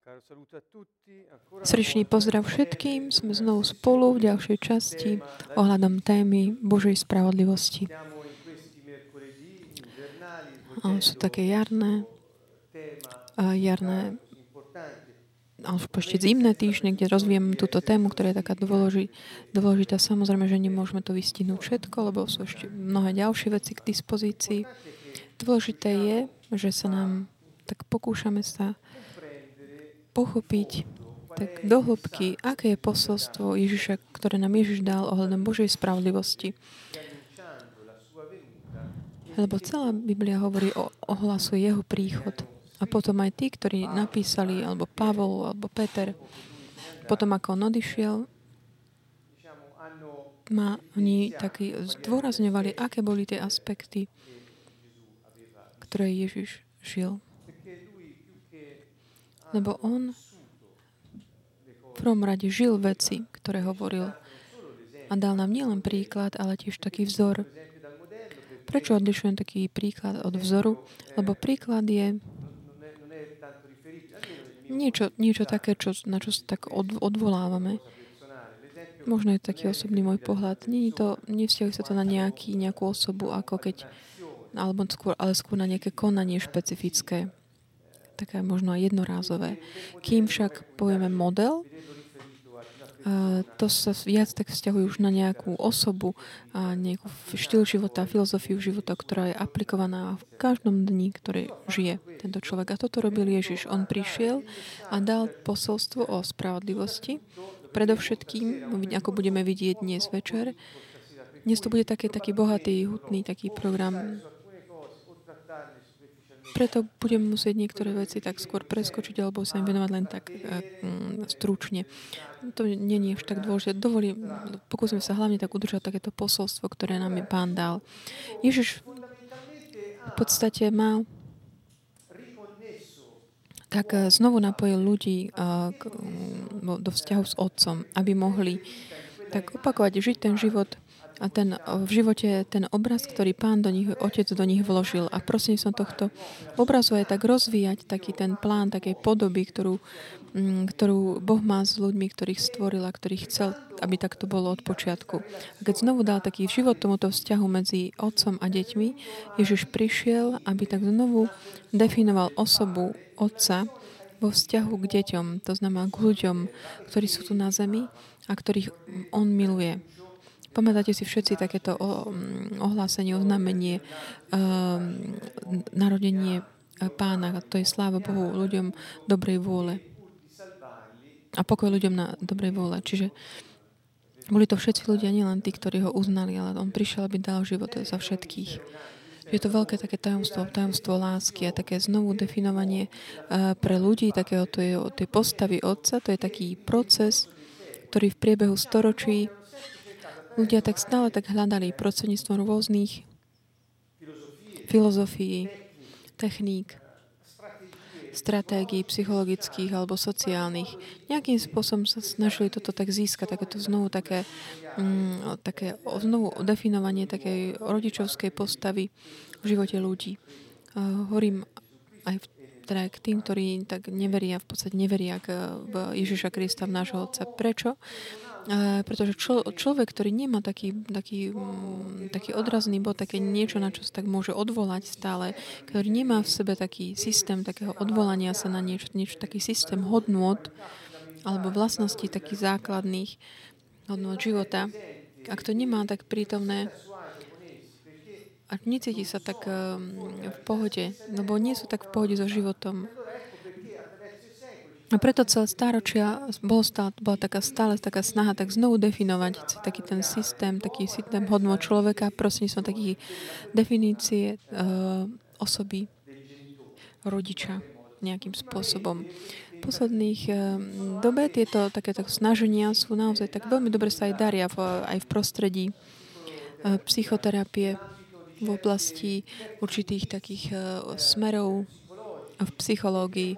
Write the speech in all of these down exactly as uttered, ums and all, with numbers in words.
Srdečný pozdrav všetkým. Sme znovu spolu v ďalšej časti ohľadom témy Božej spravodlivosti. Sú také jarné, jarné alebo ešte zimné týždne, kde rozvíjame túto tému, ktorá je taká dôležitá. Samozrejme, že nemôžeme to vystihnúť všetko, lebo sú ešte mnohé ďalšie veci k dispozícii. Dôležité je, že sa nám tak pokúšame sa pochopiť tak do hĺbky, aké je posolstvo Ježiša, ktoré nám Ježiš dal ohľadom Božej spravodlivosti. Lebo celá Biblia hovorí o ohlasu jeho príchod. A potom aj tí, ktorí napísali, alebo Pavol, alebo Peter, potom ako on odišiel, ma, oni taký zdôrazňovali, aké boli tie aspekty, ktoré Ježiš žil. Lebo on v prvom rade žil veci, ktoré hovoril. A dal nám nielen príklad, ale tiež taký vzor. Prečo odlišujem taký príklad od vzoru? Lebo príklad je niečo, niečo také, čo, na čo sa tak od, odvolávame. Možno je taký osobný môj pohľad. Nie to, nevzťahuje sa to na nejaký, nejakú osobu, ako keď, alebo skôr, ale skôr na nejaké konanie špecifické. Také možno aj jednorázové. Kým však povieme model, to sa viac tak vzťahuje už na nejakú osobu a nejakú štýl života, filozofiu života, ktorá je aplikovaná v každom dni, ktorý žije tento človek. A toto robil Ježiš. On prišiel a dal posolstvo o spravodlivosti. Predovšetkým, ako budeme vidieť dnes večer, dnes to bude taký, taký bohatý, hutný taký program. Preto budem musieť niektoré veci tak skôr preskočiť alebo sa im venovať len tak mm, stručne. To nie je až tak dôležité. Dovolím, pokúsime sa hlavne tak udržať takéto posolstvo, ktoré nám je Pán dal. Ježiš v podstate mal tak znovu napojil ľudí do vzťahu s Otcom, aby mohli tak opakovať, žiť ten život a ten, v živote ten obraz, ktorý Pán do nich, Otec do nich vložil. A prosím som tohto obrazu aj tak rozvíjať taký ten plán, takej podoby, ktorú, ktorú Boh má s ľuďmi, ktorých stvoril a ktorých chcel, aby takto bolo od počiatku. A keď znovu dal taký život tomuto vzťahu medzi Otcom a deťmi, Ježiš prišiel, aby tak znovu definoval osobu Otca vo vzťahu k deťom, to znamená k ľuďom, ktorí sú tu na zemi a ktorých on miluje. Pamätáte si všetci takéto ohlásenie, oznámenie, um, narodenie Pána, to je sláva Bohu ľuďom dobrej vôle a pokoj ľuďom na dobrej vôle. Čiže boli to všetci ľudia, nielen tí, ktorí ho uznali, ale on prišiel, aby dal život za všetkých. Je to veľké také tajomstvo, tajomstvo lásky a také znovu definovanie uh, pre ľudí takého to je, tej postavy Otca. To je taký proces, ktorý v priebehu storočí ľudia tak stále tak hľadali prostredníctvom rôznych filozofií, techník, stratégií psychologických alebo sociálnych. Nejakým spôsobom sa snažili toto tak získať, takéto znovu také, mm, také znovu definovanie takej rodičovskej postavy v živote ľudí. Uh, hovorím aj v, teda k tým, ktorí tak neveria, v podstate neveria k, v Ježiša Krista, v nášho Otca. Prečo? Uh, pretože člo, človek, ktorý nemá taký, taký, um, taký odrazný bod, také niečo, na čo sa tak môže odvolať stále, ktorý nemá v sebe taký systém takého odvolania sa na niečo, niečo taký systém hodnôt alebo vlastností takých základných hodnôt života, ak to nemá tak prítomné, ak necíti sa tak um, v pohode, lebo nie sú tak v pohode so životom. A preto celé stáročia bol stále, bola taká stále taká snaha tak znovu definovať taký ten systém, taký systém hodnôt človeka, prosím som takých definície uh, osoby, rodiča nejakým spôsobom. V posledných uh, dobe tieto takéto snaženia sú naozaj tak veľmi dobre sa aj daria v, aj v prostredí uh, psychoterapie v oblasti určitých takých uh, smerov v psychológii.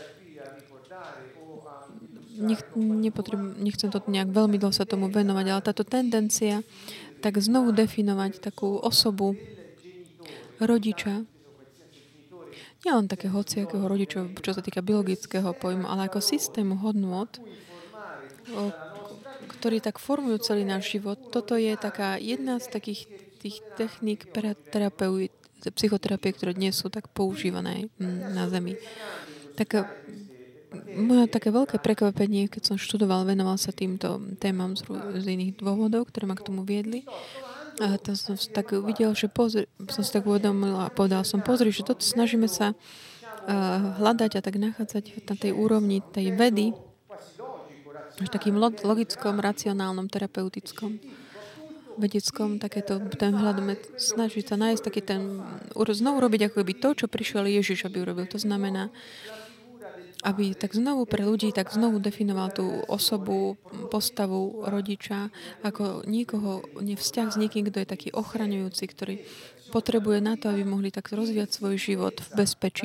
Nech, nechcem to nejak veľmi dlho sa tomu venovať, ale táto tendencia tak znovu definovať takú osobu rodiča nie len také hociakého rodičov, čo sa týka biologického pojmu, ale ako systému hodnôt, o, ktorý tak formujú celý náš život. Toto je taká jedna z takých tých techník terapeuty, psychoterapie, ktoré dnes sú tak používané na Zemi. Tak moje také veľké prekvapenie, keď som študoval, venoval sa týmto témam z, z iných dôvodov, ktoré ma k tomu viedli. A to som tak videl, že pozri, som si tak uvedomila a povedal som, pozri, že toto snažíme sa uh, hľadať a tak nachádzať na tej úrovni tej vedy, až takým logickom, racionálnom, terapeutickom, vedeckom, takéto ten hľadom snažiť sa nájsť taký ten, znovu robiť ako by to, čo prišiel Ježiš, aby urobil. To znamená, aby tak znovu pre ľudí tak znovu definoval tú osobu, postavu rodiča, ako niekoho, vzťah s niekým, kto je taký ochraňujúci, ktorý potrebuje na to, aby mohli tak rozvíjať svoj život v bezpečí.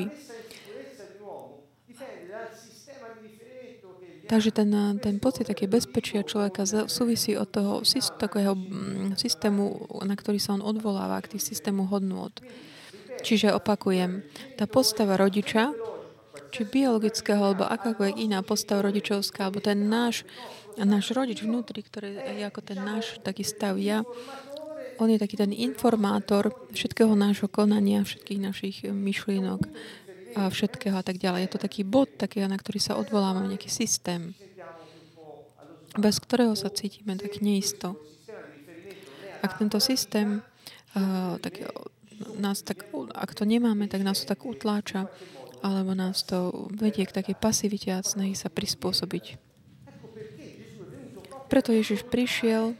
Takže ten, ten pocit také bezpečia človeka súvisí od toho takého systému, na ktorý sa on odvoláva, k tých systému hodnôt. Čiže opakujem, tá postava rodiča, či biologického, alebo akákoľvek iná postava rodičovská, alebo ten náš, náš rodič vnútri, ktorý je ako ten náš taký stav ja, on je taký ten informátor všetkého nášho konania, všetkých našich myšlienok, a všetkého a tak ďalej. Je to taký bod, taký, na ktorý sa odvolávame, nejaký systém, bez ktorého sa cítime tak neisto. Ak tento systém, uh, tak, nás tak, ak to nemáme, tak nás to tak utláča, alebo nás to vedie k takej pasivite a snahy sa prispôsobiť. Preto Ježiš prišiel,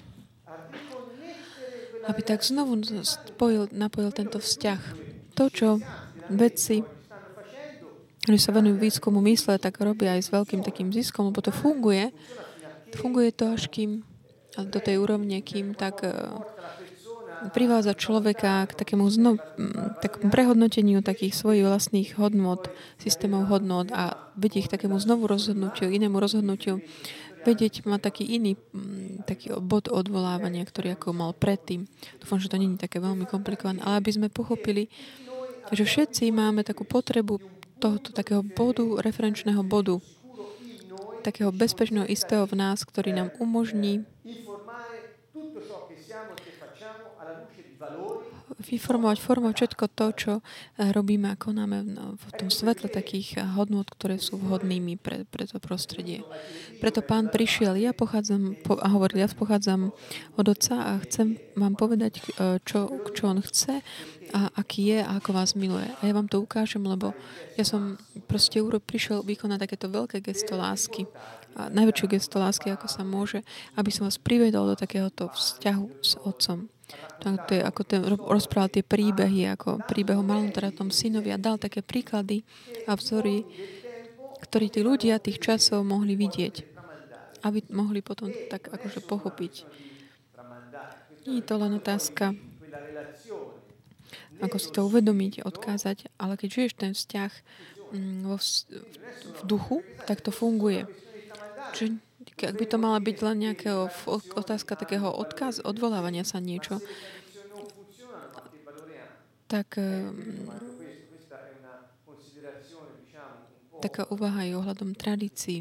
aby tak znovu spojil, napojil tento vzťah. To, čo vedci, ktorí sa venujú výskumu mysle, tak robia aj s veľkým takým ziskom, lebo to funguje. Funguje to až kým, do tej úrovne, kým tak uh, privádza človeka k takému znov, takému prehodnoteniu takých svojich vlastných hodnôt, systémov hodnôt a vedieť k takému znovu rozhodnutiu, inému rozhodnutiu. Vedieť má taký iný taký bod odvolávania, ktorý ako mal predtým. Dúfam, že to nie je také veľmi komplikované, ale aby sme pochopili, že všetci máme takú potrebu tohoto takého bodu, referenčného bodu, takého bezpečného istého v nás, ktorý nám umožní vyformovať, formovať všetko to, čo robíme a konáme v tom svetle takých hodnôt, ktoré sú vhodnými pre, pre to prostredie. Preto Pán prišiel, ja pochádzam a hovoril, ja pochádzam od Otca a chcem vám povedať, čo, čo On chce a aký je a ako vás miluje. A ja vám to ukážem, lebo ja som proste prišiel vykonať takéto veľké gesto lásky. A najväčšiu gesto lásky, ako sa môže, aby som vás privedol do takéhoto vzťahu s Otcom. To je, ako ten rozprával tie príbehy, ako príbeh o malomtratom synovi a dal také príklady a vzory, ktorí tí ľudia tých časov mohli vidieť, aby mohli potom tak akože pochopiť. Nie je to len otázka, ako si to uvedomiť, odkázať, ale keď žiješ ten vzťah vo vz, v duchu, tak to funguje. Čiže ak by to mala byť len nejakého otázka takého odkaz, odvolávania sa niečo, tak taká úvaha je ohľadom tradícií.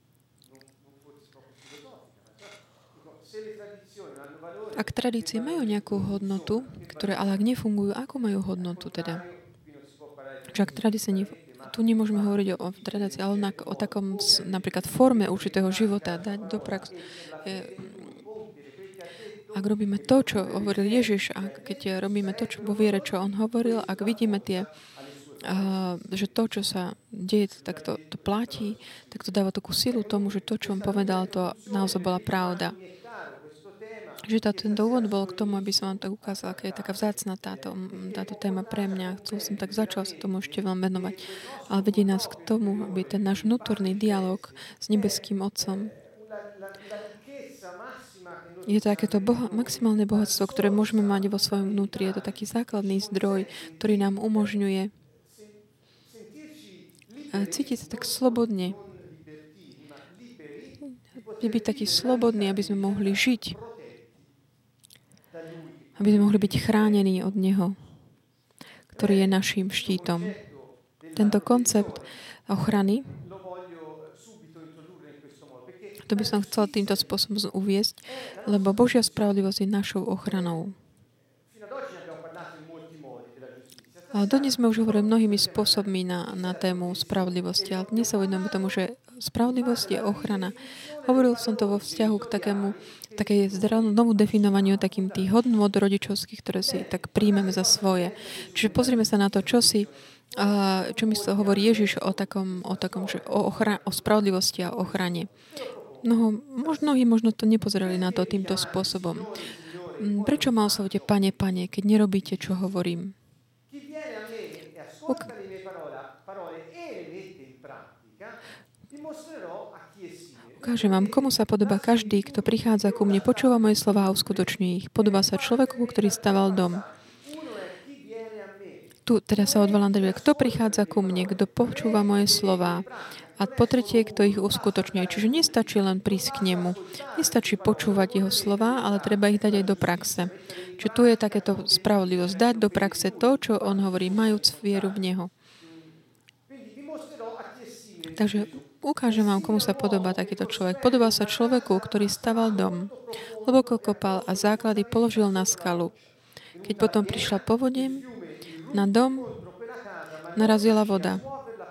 Ak tradície majú nejakú hodnotu, ktoré ale ak nefungujú, ako majú hodnotu teda? Že ak tradície nefungujú, tu nemôžeme hovoriť o, o tradícii, ale o, o takom napríklad forme určitého života, dať do prax. Ak robíme to, čo hovoril Ježiš, a keď robíme to, čo vo viere, čo on hovoril, ak vidíme tie, uh, že to, čo sa deje, tak to, to platí, tak to dáva takú silu tomu, že to, čo on povedal, to naozaj bola pravda. Že tá, tento úvod bol k tomu, aby som vám tak ukázala, aká je taká vzácna táto, táto téma pre mňa. Chcel som tak začal sa tomu ešte veľmi venovať. Ale vedie nás k tomu, aby ten náš vnútorný dialog s nebeským Otcom je to takéto boha, maximálne bohatstvo, ktoré môžeme mať vo svojom vnútri. Je to taký základný zdroj, ktorý nám umožňuje cítiť sa tak slobodne. Byť taký slobodný, aby sme mohli žiť. Aby sme mohli byť chránení od Neho, ktorý je naším štítom. tento koncept ochrany, to by som chcel týmto spôsobom uviesť, lebo Božia spravodlivosť je našou ochranou. A dodnes sme už hovorili mnohými spôsobmi na, na tému spravodlivosti, ale dnes sa uvedomíme tomu, že spravodlivosť je ochrana. Hovoril som to vo vzťahu k takému, takej znovu definovaniu takým tých hodnôt rodičovských, ktoré si tak príjmeme za svoje. Čiže pozrime sa na to, čo si, čo mi to hovorí Ježiš o takom, o takom, že o, ochra, o spravodlivosti a ochrane. Mnoho, mnohí možno to nepozerali na to týmto spôsobom. Prečo ma oslovujete, Pane, Pane, keď nerobíte, čo hovorím? Uk- Ukážem vám, komu sa podobá každý, kto prichádza ku mne, počúva moje slová a uskutočňuje ich. Podobá sa človeku, ktorý staval dom. Tu teda sa odvolám, kto prichádza ku mne, kto počúva moje slová a po tretie, kto ich uskutočňuje. Čiže nestačí len prísť k nemu. Nestačí počúvať jeho slová, ale treba ich dať aj do praxe. Čiže tu je takéto spravodlivosť. Dať do praxe to, čo on hovorí, majúc vieru v neho. Takže ukážem vám, komu sa podobá takýto človek. Podobá sa človeku, ktorý staval dom, hlboko kopal a základy položil na skalu. Keď potom prišla povodeň, na dom narazila voda.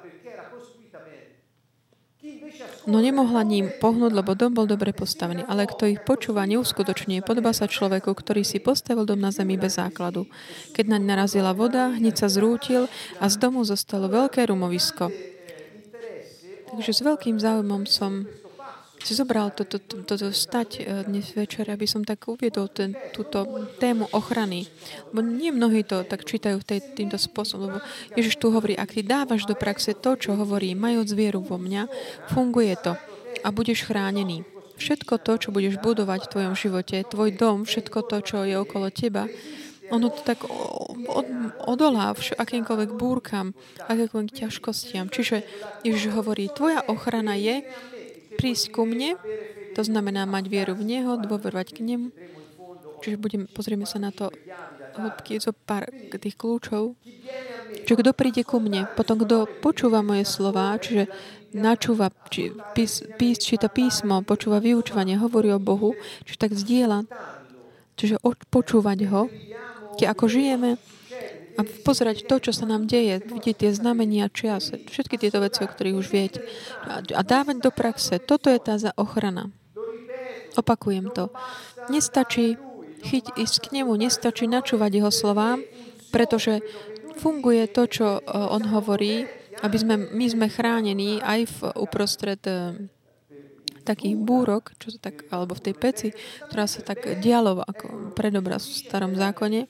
No nemohla ním pohnúť, lebo dom bol dobre postavený. Ale kto ich počúva, neuskutočne, podobá sa človeku, ktorý si postavil dom na zemi bez základu. Keď naň narazila voda, hneď sa zrútil a z domu zostalo veľké rumovisko. Takže s veľkým záujmom som si zobral toto to, to, to, to stať dnes večer, aby som tak uviedol ten, túto tému ochrany. Lebo nie mnohí to tak čítajú tej, týmto spôsobom, lebo Ježiš tu hovorí, ak ty dávaš do praxe to, čo hovorí, majúc vieru vo mňa, funguje to a budeš chránený. Všetko to, čo budeš budovať v tvojom živote, tvoj dom, všetko to, čo je okolo teba, ono to tak od, odolá akýmkoľvek búrkam, akýmkoľvek ťažkostiam. Čiže Ježiš hovorí, tvoja ochrana je prísť ku mne, to znamená mať vieru v Neho, dôverovať k Nemu. Čiže budem, pozrieme sa na to hĺbky, zo pár tých kľúčov. Čiže kto príde ku mne, potom kto počúva moje slová, čiže načúva, či, pís, pís, či to písmo, počúva vyučovanie, hovorí o Bohu, čiže tak zdieľa, čiže počúvať Ho, keď ako žijeme, a pozerať to, čo sa nám deje, vidieť tie znamenia čias, všetky tieto veci, o ktorých už viete. A dávať do praxe. Toto je tá za ochrana. Opakujem to. Nestačí chyť ísť k nemu, nestačí načúvať jeho slovám, pretože funguje to, čo on hovorí, aby sme, my sme chránení aj v uprostred takých búrok, čo sa tak, alebo v tej peci, ktorá sa tak dialo ako predobraz v starom zákone.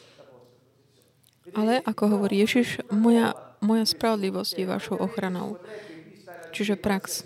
Ale, ako hovorí Ježiš, moja, moja spravodlivosť je vašou ochranou. Čiže prax.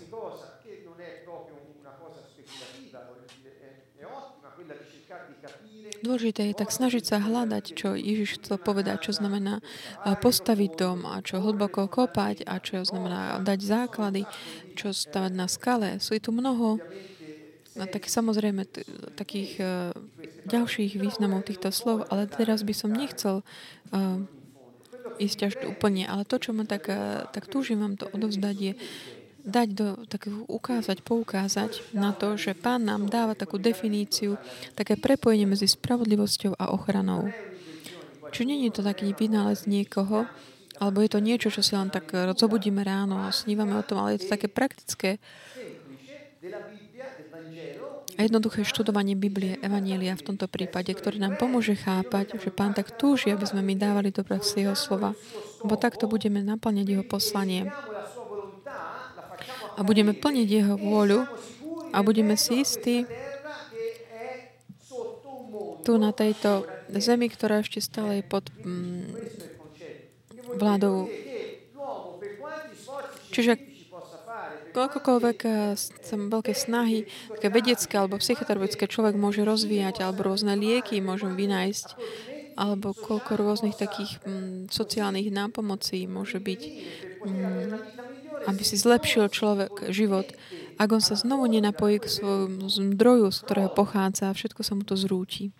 Dôležité je tak snažiť sa hľadať, čo Ježiš chcel povedať, čo znamená postaviť dom a čo hlboko kopať a čo znamená dať základy, čo stavať na skale. Sú tu mnoho tak samozrejme t- takých uh, ďalších významov týchto slov, ale teraz by som nechcel uh, ísť až úplne, ale to, čo ma tak, uh, tak túžim vám to odovzdať, je dať do, tak ukázať, poukázať na to, že Pán nám dáva takú definíciu, také prepojenie medzi spravodlivosťou a ochranou. Čiže nie je to taký vynález niekoho, alebo je to niečo, čo si len tak zobudíme ráno a snívame o tom, ale je to také praktické a jednoduché študovanie Biblie, Evanjelia v tomto prípade, ktoré nám pomôže chápať, že Pán tak túži, aby sme my dávali do praxe jeho slova. Bo takto budeme naplňať jeho poslanie. A budeme plniť jeho vôľu a budeme si istí tu na tejto zemi, ktorá ešte stále je pod mm, vládou. Čiže akokoľvek sem veľké snahy, také vedecké alebo psychoterapeutické človek môže rozvíjať, alebo rôzne lieky môžem vynájsť, alebo koľko rôznych takých mm, sociálnych nápomocí môže byť, mm, aby si zlepšil človek život. Ak on sa znovu nenapojí k svojmu zdroju, z ktorého pochádza, všetko sa mu to zrúti.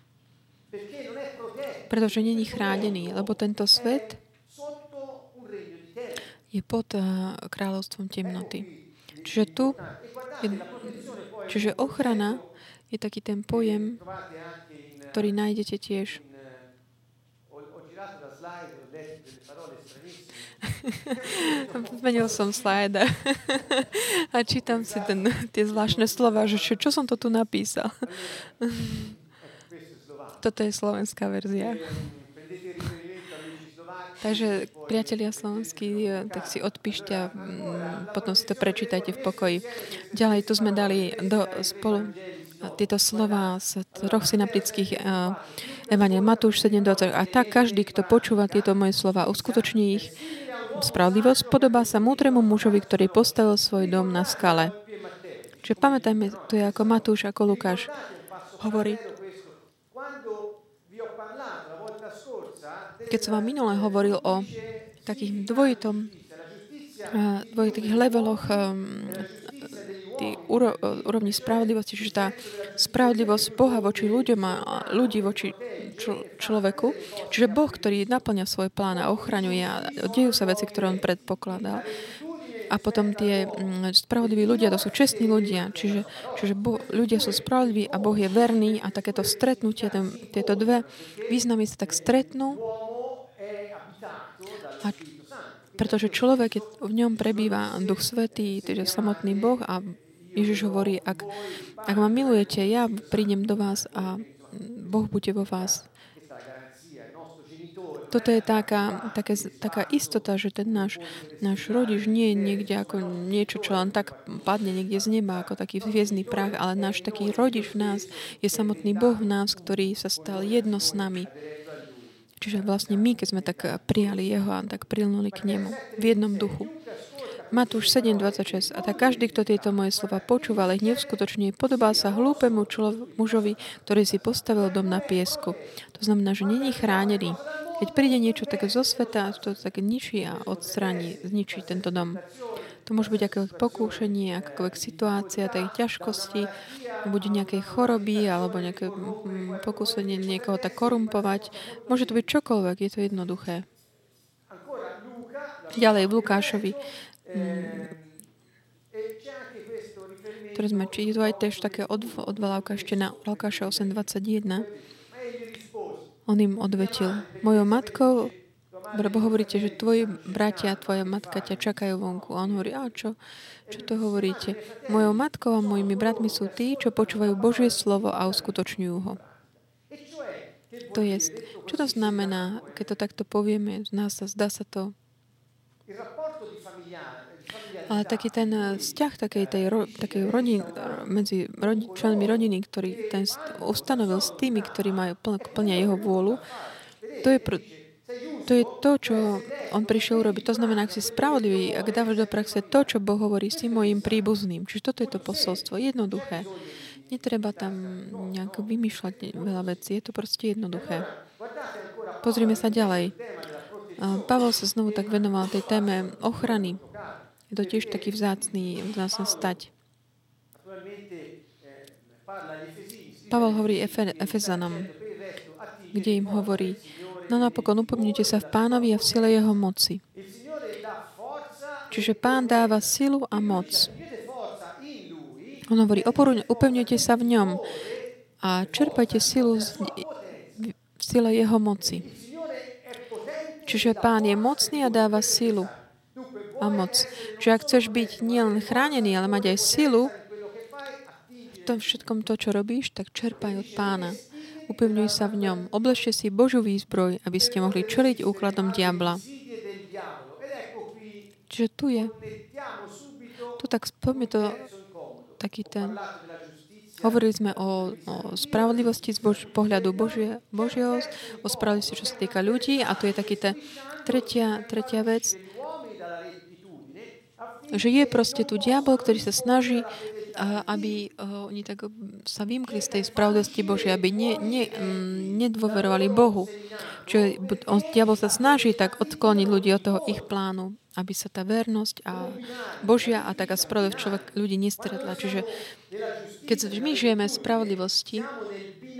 Pretože není chránený, lebo tento svet je pod uh, kráľovstvom temnoty. Čiže tu, je, čiže ochrana je taký ten pojem, ktorý nájdete tiež. Zmenil som slajd a čítam si ten, tie zvláštne slova, že čo, čo som to tu napísal. Toto je slovenská verzia. Takže, priatelia slovenskí, tak si odpíšte a potom si to prečítajte v pokoji. Ďalej, tu sme dali do spolu tieto slova z troch synaptických uh, evanjelií. Matúš sedem dvadsať. A tak každý, kto počúva tieto moje slova, uskutoční ich spravodlivosť, podobá sa múdremu mužovi, ktorý postavil svoj dom na skale. Čiže pamätajme, to je ako Matúš, ako Lukáš hovorí. Keď som vám minule hovoril o takých dvojitom, uh, dvojitých leveloch um, tých úro, úrovni spravodlivosti, čiže tá spravodlivosť Boha voči ľuďom a ľudí voči čl- človeku, čiže Boh, ktorý naplňa svoj plán a ochraňuje a dejú sa veci, ktoré on predpokladal. A potom tie mm, spravodliví ľudia, to sú čestní ľudia, čiže, čiže boh, ľudia sú spravodliví a Boh je verný a takéto stretnutie, ten, tieto dve významy sa tak stretnú a pretože človek, je, v ňom prebýva Duch Svätý, teda samotný Boh a Ježiš hovorí, ak, ak ma milujete, ja prídem do vás a Boh bude vo vás. Toto je taká, taká, taká istota, že ten náš, náš rodič nie je niekde ako niečo, čo len tak padne niekde z neba, ako taký hviezdny prach, ale náš taký rodič v nás je samotný Boh v nás, ktorý sa stal jedno s nami. Čiže vlastne my, keď sme tak prijali Jeho a tak prilnuli k Nemu v jednom duchu. Matúš sedem dvadsaťšesť. A tak každý, kto tieto moje slova počúva, ale ich nevskutočne, podobá sa hlúpemu člo- mužovi, ktorý si postavil dom na piesku. To znamená, že není chránený. Keď príde niečo také zo sveta, to tak ničí a odstráni, zničí tento dom. To môže byť akékoľvek pokúšanie, akákoľvek situácia, tej ťažkosti, buď nejakej choroby, alebo nejaké pokúšanie niekoho tak korumpovať. Môže to byť čokoľvek, je to jednoduché. Ďalej v Lukášovi, ktoré sme čítali, tu aj tiež také odvolávka ešte na Lukáša osem dvadsaťjeden. On im odvetil, mojou matkou, lebo hovoríte, že tvoji bratia a tvoja matka ťa čakajú vonku. A on hovorí, a čo? Čo to hovoríte? Mojou matkou a mojimi bratmi sú tí, čo počúvajú Božie slovo a uskutočňujú ho. To je, čo to znamená, keď to takto povieme, z nás sa zdá sa to. Ale taký ten vzťah takej tej takej rodin, medzi rodi, členmi rodiny, ktorý ten ustanovil s tými, ktorí majú plnia jeho vôľu, to je, pr- to je to, čo on prišiel urobiť. To znamená, ak si spravodlivý, ak dávaš do praxe to, čo Boh hovorí s tým mojím príbuzným. Čiže toto je to posolstvo. Jednoduché. Netreba tam nejako vymýšľať veľa vecí. Je to proste jednoduché. Pozrime sa ďalej. Pavol sa znovu tak venoval tej téme ochrany. Je to tiež taký vzácný, vzácný stať. Pavol hovorí Efe, Efezanom, kde im hovorí, no napokon upevnite sa v Pánovi a v sile jeho moci. Čiže Pán dáva silu a moc. On hovorí, upevnite sa v ňom a čerpajte silu v sile jeho moci. Čiže Pán je mocný a dáva silu a moc. Čiže ak chceš byť nielen chránený, ale mať aj silu v tom všetkom to, čo robíš, tak čerpaj od Pána. Upevňuj sa v ňom. Obležte si Božiu výzbroj, aby ste mohli čeliť úkladom diabla. Čiže tu je. Tu tak spomne to taký ten... Hovorili sme o, o spravodlivosti z Bož, pohľadu Božie, Božieho, o spravodlivosti, čo sa týka ľudí. A tu je taký tá tretia, tretia vec, že je proste tu diabol, ktorý sa snaží, aby oni tak sa vymkli z tej spravodlivosti Božej, aby ne, ne, nedôverovali Bohu. Čiže on, diabol sa snaží tak odkloniť ľudí od toho ich plánu, aby sa tá vernosť a Božia a taká spravodlivosť človek ľudí nestretla. Čiže keď my žijeme v spravodlivosti,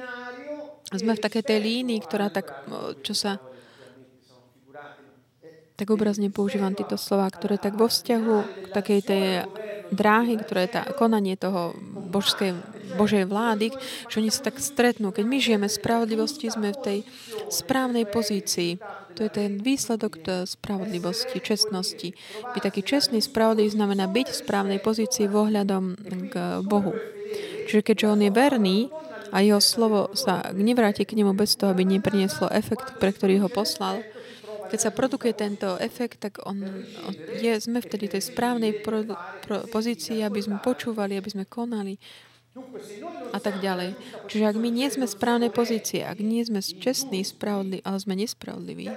sme v takej tej línii, ktorá tak, čo sa tak obrazne používam tieto slova, ktoré tak vo vzťahu k takej tej dráhy, ktoré je tá konanie toho božskej, Božej vlády, že oni sa tak stretnú. Keď my žijeme v spravodlivosti, sme v tej správnej pozícii. To je ten výsledok spravodlivosti, čestnosti. Byť taký čestný, spravodlivý znamená byť v správnej pozícii vohľadom k Bohu. Čiže keďže on je verný a jeho slovo sa nevráti k nemu bez toho, aby neprinieslo efekt, pre ktorý ho poslal, keď sa produkuje tento efekt, tak on, on je, sme vtedy tej správnej pro, pro, pozícii, aby sme počúvali, aby sme konali a tak ďalej. Čiže ak my nie sme v správnej pozícii, ak nie sme čestní, spravodliví, ale sme nespravodliví,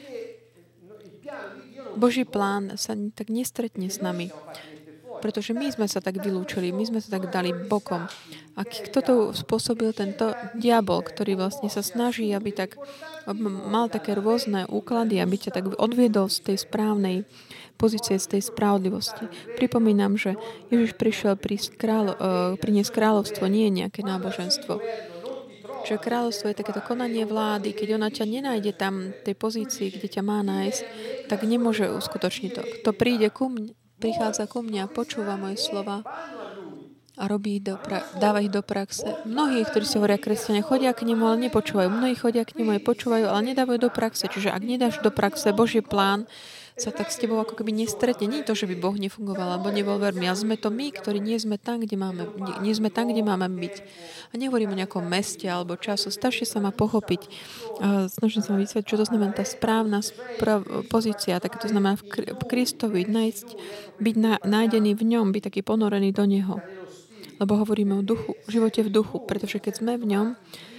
Boží plán sa tak nestretne s nami. Pretože my sme sa tak vylúčili, my sme sa tak dali bokom. A kto to spôsobil? Tento diabol, ktorý vlastne sa snaží, aby tak mal také rôzne úklady, aby ťa tak odviedol z tej správnej pozície, z tej spravodlivosti. Pripomínam, že Ježiš prišiel kráľ, priniesť kráľovstvo, nie je nejaké náboženstvo. Čiže kráľovstvo je takéto konanie vlády. Keď ona ťa nenájde tam v tej pozícii, kde ťa má nájsť, tak nemôže uskutočniť to. Kto príde ku mne, prichádza ku mne a počúva moje slova a robí ich do pra- dáva ich do praxe. Mnohí, ktorí si hovoria kresťania, chodia k nemu, ale nepočúvajú. Mnohí chodia k nemu a počúvajú, ale nedávajú do praxe. Čiže ak nedáš do praxe Boží plán, sa tak s tebou ako keby nestretne. Nie je to, že by Boh nefungoval, alebo nebol verný. A sme to my, ktorí nie sme tam, kde máme, nie, nie sme tam, kde máme byť. A nehovorím o nejakom meste alebo času. Stačí sa ma pochopiť. A snažím sa vám vysvetliť, čo to znamená tá správna správ, pozícia. Tak to znamená v Kristovi nájsť, byť na, nájdený v ňom, byť taký ponorený do Neho. Lebo hovoríme o duchu, živote v duchu. Pretože keď sme v ňom,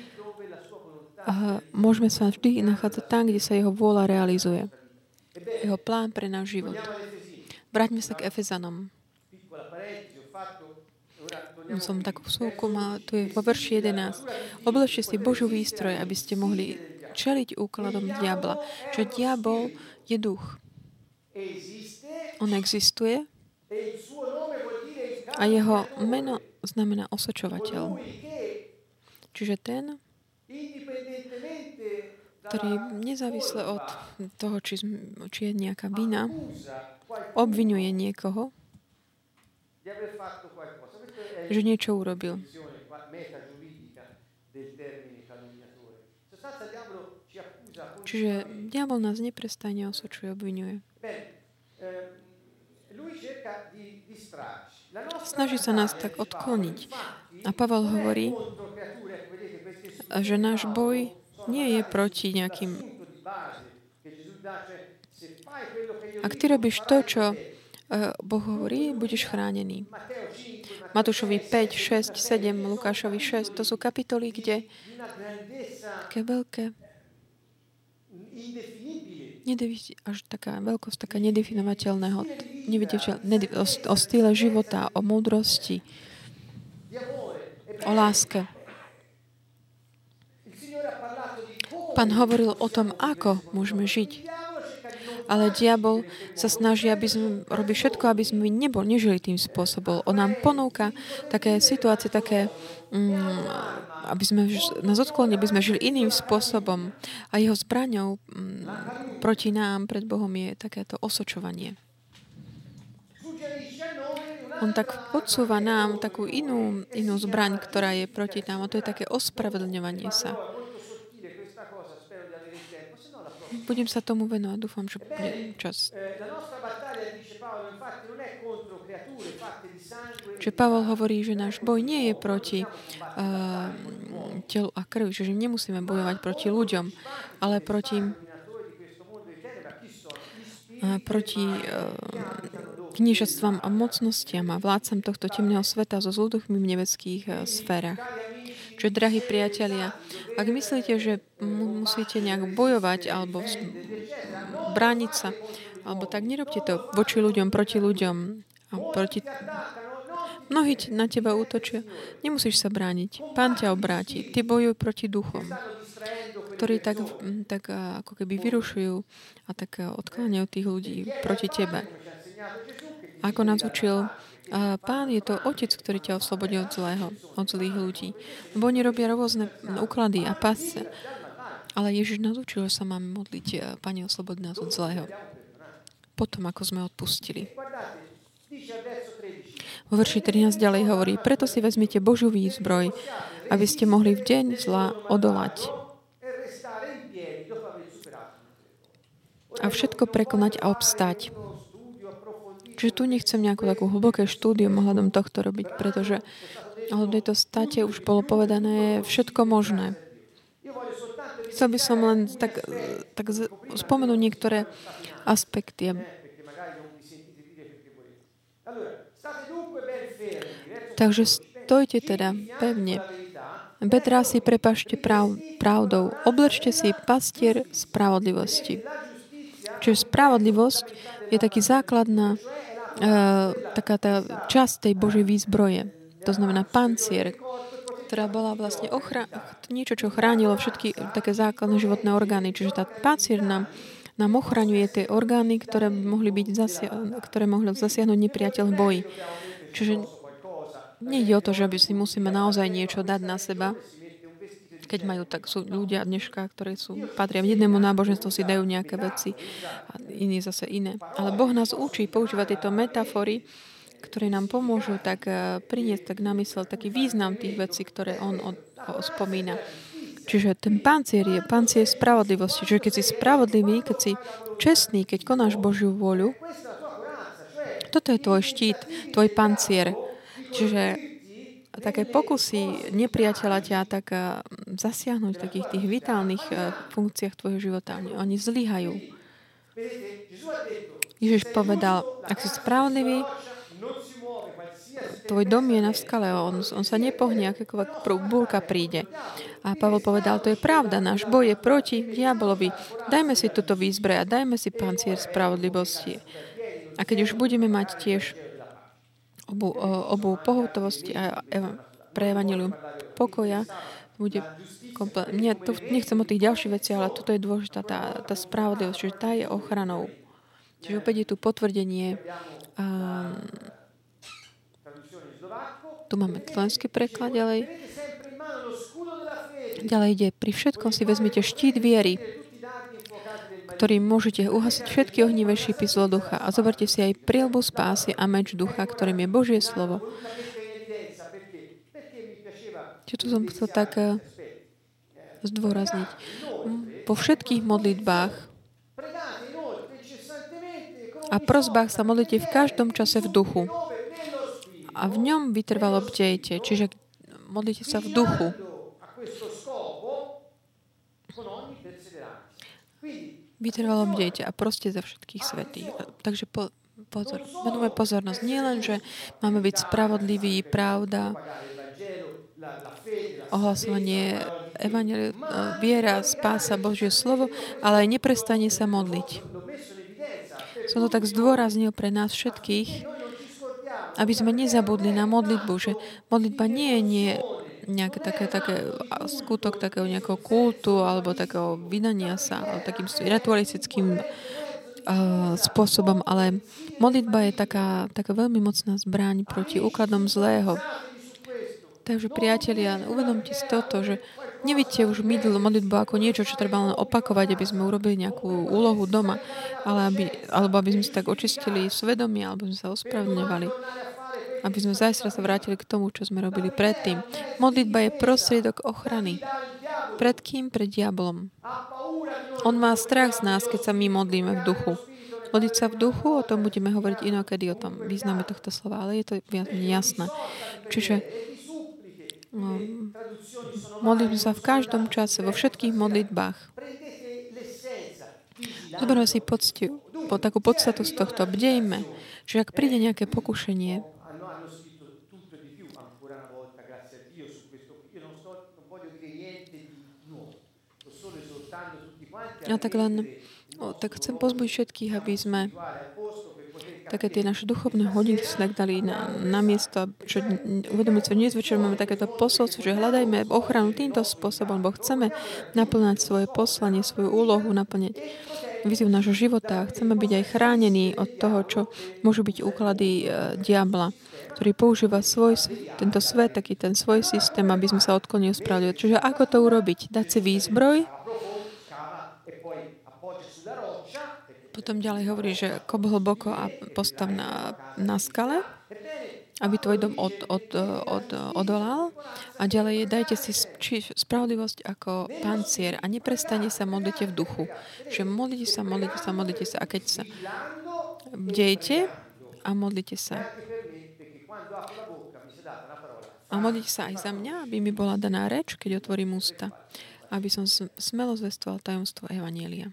a môžeme sa vždy nachádzať tam, kde sa jeho vôľa realizuje. Jeho plán pre náš život. Vráťme sa k Efezanom. Som takú vsúku mal, tu je vo verši jedenásť. Oblečte si Božiu výstroj, aby ste mohli čeliť úkladom diabla. Čo diabol je duch. On existuje a jeho meno znamená osočovateľ. Čiže ten, ktorý nezávisle od toho, či, či je nejaká vina, obviňuje niekoho, že niečo urobil. Čiže diabol nás neprestajne osočuje, obviňuje. Snaží sa nás tak odkloniť. A Pavel hovorí, že náš boj nie je proti nejakým... Ak ty robíš to, čo Boh hovorí, budeš chránený. Matúšovi päť, šesť, sedem, Lukášovi šesť, to sú kapitoly, kde také veľké až taká veľkosť, taká nedefinovateľného o, o stýle života, o múdrosti, o láske. Pán hovoril o tom, ako môžeme žiť. Ale diabol sa snaží, aby sme robili všetko, aby sme nebol, nežili tým spôsobom. On nám ponúka také situácie, také, mm, aby sme nás odklonili, aby sme žili iným spôsobom. A jeho zbraňou mm, proti nám, pred Bohom, je takéto osočovanie. On tak podsúva nám takú inú, inú zbraň, ktorá je proti nám. A to je také ospravedlňovanie sa. Budem sa tomu venovať. Dúfam, že bude čas. Čiže Pavol hovorí, že náš boj nie je proti uh, telu a krvi, že nemusíme bojovať proti ľuďom, ale proti, uh, proti uh, knížatstvám a mocnostiam a vládcam tohto temného sveta so zlúduchmi v nebeských uh, sférach. Čiže, drahí priatelia, ak myslíte, že musíte nejak bojovať alebo brániť sa, alebo tak, nerobte to voči ľuďom, proti ľuďom. A proti... Mnohí na teba útočia. Nemusíš sa brániť. Pán ťa obráti. Ty bojuj proti duchom, ktorí tak, tak ako keby vyrušujú a tak odkláňajú tých ľudí proti tebe. Ako nás učil a Pán, je to Otec, ktorý ťa oslobodí od zlého, od zlých ľudí. Lebo oni robia rôzne úklady a pasce. Ale Ježiš nás učil, že sa máme modliť, Pane, oslobod nás od zlého. potom, ako sme odpustili. Vo verši trinásť ďalej hovorí, preto si vezmite Božiu výzbroj, aby ste mohli v deň zla odolať. A všetko prekonať a obstáť. Čiže tu nechcem nejakú takú hlboké štúdiu ohľadom tohto robiť, pretože ohľadom tejto state už bolo povedané všetko možné. Chcel by som len tak, tak spomenúť niektoré aspekty. Takže stojte teda pevne. Bedrá si prepašte prav, pravdou. Oblečte si pastier spravodlivosti. Čiže spravodlivosť je taký základná uh, taká tá časť tej Božej výzbroje. To znamená pancier, ktorá bola vlastne ochra- niečo, čo chránilo všetky také základné životné orgány. Čiže tá pancier nám, nám ochraňuje tie orgány, ktoré mohli byť zasia- ktoré mohli zasiahnuť nepriateľ v boji. Čiže nejde o to, že by si musíme naozaj niečo dať na seba. Keď majú, tak sú ľudia dneška, ktorí sú, patria v jednému náboženstvu, si dajú nejaké veci a iní zase iné. Ale Boh nás učí používať tieto metafory, ktoré nám pomôžu tak priniesť tak na mysel taký význam tých vecí, ktoré on od, o, spomína. Čiže ten pancier je pancier spravodlivosti. Čiže keď si spravodlivý, keď si čestný, keď konáš Božiu vôľu, toto je tvoj štít, tvoj pancier. Čiže také pokusy nepriateľa ťa tak zasiahnuť v takých tých vitálnych funkciách tvojho života. Oni zlyhajú. Ježiš povedal, ak si spravodlivý, tvoj dom je na skale, on, on sa nepohne, akékoľvek búrka príde. A Pavol povedal, to je pravda, náš boj je proti diabolovi. Dajme si túto výzbroj a dajme si pancier spravodlivosti. A keď už budeme mať tiež obu, obu pohotovosti a pre evanjelium pokoja, bude komple- Nie, to, nechcem o tých ďalších veciach, ale toto je dôležitá tá, tá spravodlivosť, čiže tá je ochranou. Čiže opäť je tu potvrdenie. Um, tu máme slovenský preklad ďalej. Ďalej ide, pri všetkom si vezmite štít viery, ktorým môžete uhasiť všetky ohnivé šípy zloducha a zoberte si aj prielbu spásy a meč ducha, ktorým je Božie slovo. Čo tu som chcel tak uh, zdôrazniť. Po všetkých modlitbách a prosbách sa modlite v každom čase v duchu. A v ňom vytrvalo bdejte. Čiže modlite sa v duchu. Vytrvalo bdejte a proste za všetkých svätých. Takže po, pozor, venujeme pozornosť. Nie len, že máme byť spravodliví, pravda, ohlasovanie evanjelia, viera, spása, Božie slovo, ale aj neprestane sa modliť. Som to tak zdôraznil pre nás všetkých, aby sme nezabudli na modlitbu, že modlitba nie je nie nejaké také, také skutok takého nejakého kultu alebo takého vydania sa, alebo takým ritualistickým uh, spôsobom, ale modlitba je taká, taká veľmi mocná zbraň proti úkladom zlého. Takže priatelia, uvedomte si toto, že nevidíte už modlitbu ako niečo, čo treba len opakovať, aby sme urobili nejakú úlohu doma, ale aby, alebo aby sme si tak očistili svedomie, alebo sme sa ospravedlňovali, aby sme zajtra sa vrátili k tomu, čo sme robili predtým. Modlitba je prostriedok ochrany. Pred kým? Pred diabolom. On má strach z nás, keď sa my modlíme v duchu. Modliť sa v duchu, o tom budeme hovoriť inokedy, o tom význame tohto slova, ale je to viac jasné. Čiže no, modlíme sa v každom čase, vo všetkých modlitbách. Zoberme si poctiu, po takú podstatu z tohto. Bdejme, že ak príde nejaké pokušenie, ja tak len o, tak chcem pozbudiť všetkých, aby sme také tie naše duchovné hodiny si tak dali na, na miesto, že uvedomiť sa, dnes večer máme takéto posolstvo, že hľadajme ochranu týmto spôsobom, bo chceme naplňať svoje poslanie, svoju úlohu, naplňať víziu nášho života. Chceme byť aj chránení od toho, čo môžu byť úklady e, diabla, ktorý používa svoj, tento svet, taký ten svoj systém, aby sme sa odklonili od spravodlivosti. Čiže ako to urobiť? Dať si výzbroj, Potom ďalej hovorí, že kop hlboko a postav na, na skale, aby tvoj dom od, od, od, odolal. A ďalej je, dajte si či, spravodlivosť ako pancier a neprestane sa modlite v duchu. Že modlite sa, modlite sa, modlite sa. A keď sa bdejte a modlite sa. A modlite sa aj za mňa, aby mi bola daná reč, keď otvorím ústa. Aby som smelo zvestoval tajomstvo Evanjelia.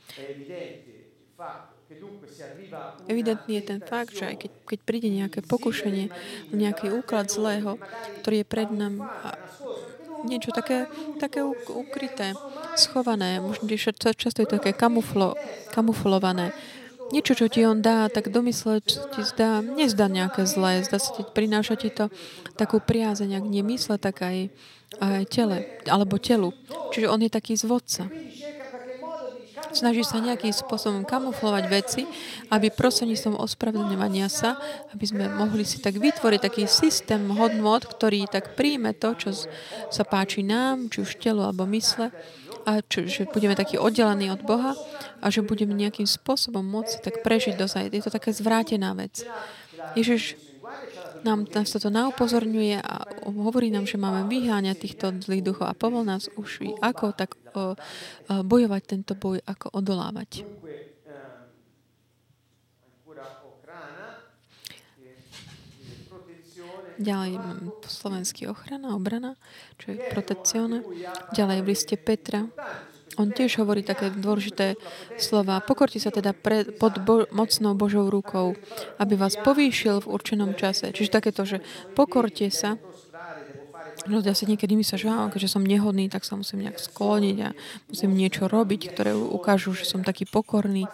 Evidentný je ten fakt, že aj keď, keď príde nejaké pokušenie, nejaký úklad zlého, ktorý je pred nami, niečo také, také ukryté, schované, možno často je to také kamuflo, kamuflované. Niečo, čo ti on dá, tak domysle ti zdá, nezdá nejaké zlé, zdá sa ti, prináša ti to takú priazeň, ak nie mysle, tak aj, aj tele, alebo telu. Čiže on je taký zvodca. Snaží sa nejakým spôsobom kamuflovať veci, aby prostredníctvom ospravedlňovania sa, aby sme mohli si tak vytvoriť taký systém hodnôt, ktorý tak príjme to, čo sa páči nám, či už telu alebo mysle, a čo, že budeme takí oddelení od Boha a že budeme nejakým spôsobom môcť tak prežiť dozaj. Je to taká zvrátená vec. Ježiš nám, nás toto naupozorňuje a hovorí nám, že máme vyháňať týchto zlých duchov a povol nás už ako tak o, o, bojovať tento boj, ako odolávať. Ďalej mám po slovensky ochrana, obrana, čo je protekcione. Ďalej v liste Petra. On tiež hovorí také dôležité slova. Pokorte sa teda pre, pod bo, mocnou Božou rukou, aby vás povýšil v určenom čase. Čiže takéto, že pokorte sa. Ľudia sa niekedy myslia, že á, keďže som nehodný, tak sa musím nejak skloniť a musím niečo robiť, ktoré ukážu, že som taký pokorný.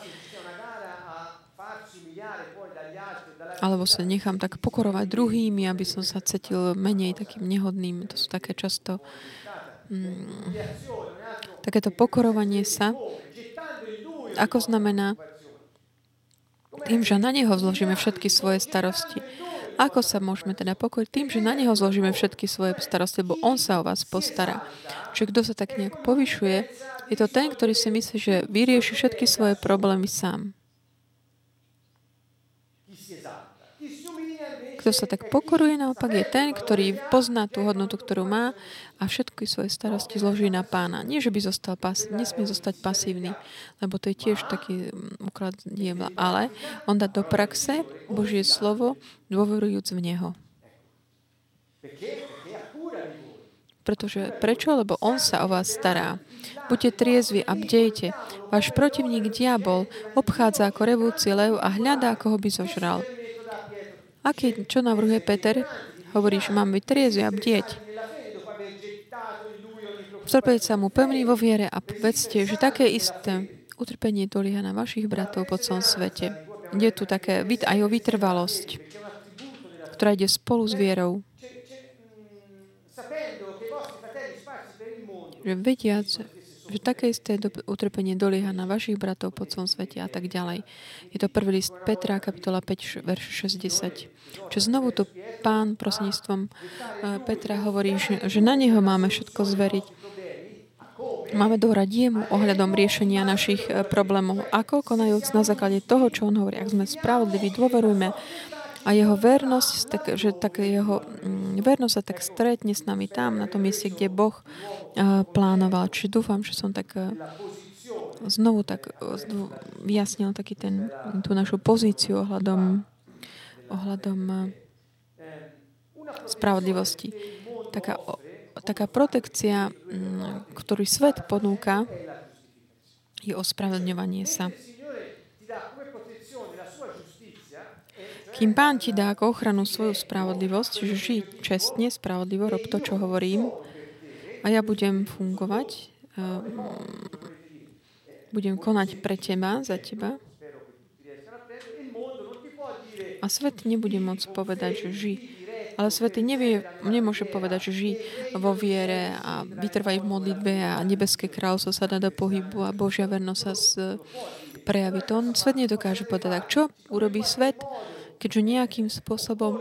Alebo sa nechám tak pokorovať druhými, aby som sa cítil menej takým nehodným. To sú také často mm, takéto pokorovanie sa. Ako znamená tým, že na Neho zložíme všetky svoje starosti. Ako sa môžeme teda pokoriť? Tým, že na Neho zložíme všetky svoje starosti, lebo On sa o vás postará. Čiže kto sa tak nejak povyšuje, je to ten, ktorý si myslí, že vyrieši všetky svoje problémy sám. Kto sa tak pokoruje, naopak je ten, ktorý pozná tú hodnotu, ktorú má a všetky svoje starosti zloží na Pána. Nie, že by zostal pasívny, nesmie zostať pasívny, lebo to je tiež taký úklad diabla. Ale on dá do praxe Božie slovo, dôverujúc v Neho. Pretože, prečo? Lebo On sa o vás stará. Buďte triezvi a bdejte. Váš protivník diabol obchádza ako revúci lev a hľadá, koho by zožral. Aký, čo navrhuje Peter? Hovorí, že mám byť triezvi a bdieť. Vstúpite sa mu pevný vo viere a povedzte, že také isté utrpenie dolieha na vašich bratov po celom svete. Je tu také aj o vytrvalosť, ktorá ide spolu s vierou. Že vediac, že také isté utrpenie dolieha na vašich bratov po celom svete a tak ďalej. Je to prvý list Petra, kapitola päť, verš šesťdesiat. Čo znovu to Pán prostredníctvom Petra hovorí, že, že na Neho máme všetko zveriť. Máme dohrať jemu ohľadom riešenia našich problémov. Ako konajúc na základe toho, čo on hovorí. Ak sme spravodliví, dôverujme. A jeho vernosť, tak, že tak jeho vernosť sa tak stretne s nami tam, na tom mieste, kde Boh uh, plánoval. Čiže dúfam, že som tak uh, znovu tak uh, vyjasnil taký ten, tú našu pozíciu ohľadom, ohľadom uh, spravodlivosti. Taká, uh, taká protekcia, um, ktorú svet ponúka, je ospravedlňovanie sa. Kým Pán ti dá ako ochranu svoju spravodlivosť, že žij čestne, spravodlivo, rob to, čo hovorím, a ja budem fungovať, um, budem konať pre teba, za teba. A svet nebude môcť povedať, že žij. Ale svet nevie, nemôže povedať, že žij vo viere a vytrvaj v modlitbe a nebeské kráľovstvo sa dá do pohybu a Božia vernosť sa prejaví. To on svet nedokáže povedať. Tak čo urobí svet? Keďže nejakým spôsobom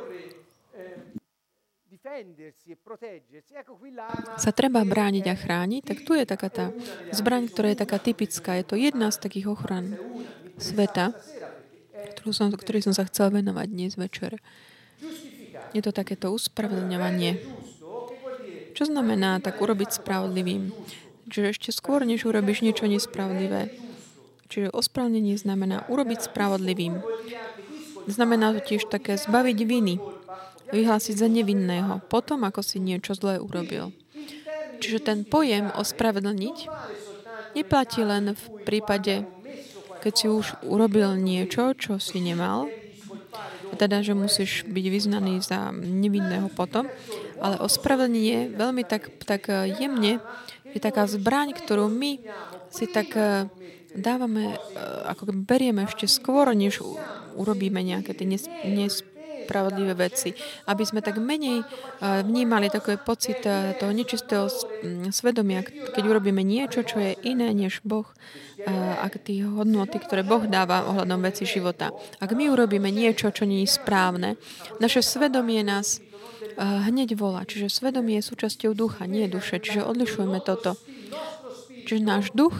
sa treba brániť a chrániť, tak tu je taká tá zbraň, ktorá je taká typická. Je to jedna z takých ochran. sveta, ktorú som, ktorý som sa chcel venovať dnes večer. Je to takéto uspravedlňovanie. Čo znamená tak urobiť spravodlivým? Čiže ešte skôr, než urobíš niečo nespravodlivé. Čiže ospravedlnenie znamená urobiť spravodlivým. Znamená to tiež také zbaviť viny. Vyhlásiť za nevinného. Potom, ako si niečo zlé urobil. Čiže ten pojem ospravedlniť neplatí len v prípade, keď si už urobil niečo, čo si nemal, teda, že musíš byť vyznaný za nevinného potom, ale ospravedlnenie veľmi tak, tak jemne je taká zbraň, ktorú my si tak dávame, ako berieme ešte skôr, než urobíme nejaké tie nes, nespravodlivé veci. Aby sme tak menej vnímali takový pocit toho nečistého svedomia, keď urobíme niečo, čo je iné než Boh, a tie hodnoty, ktoré Boh dáva ohľadom veci života. Ak my urobíme niečo, čo nie je správne, naše svedomie nás hneď volá. Čiže svedomie je súčasťou ducha, nie duše. Čiže odlišujeme toto. Čiže náš duch,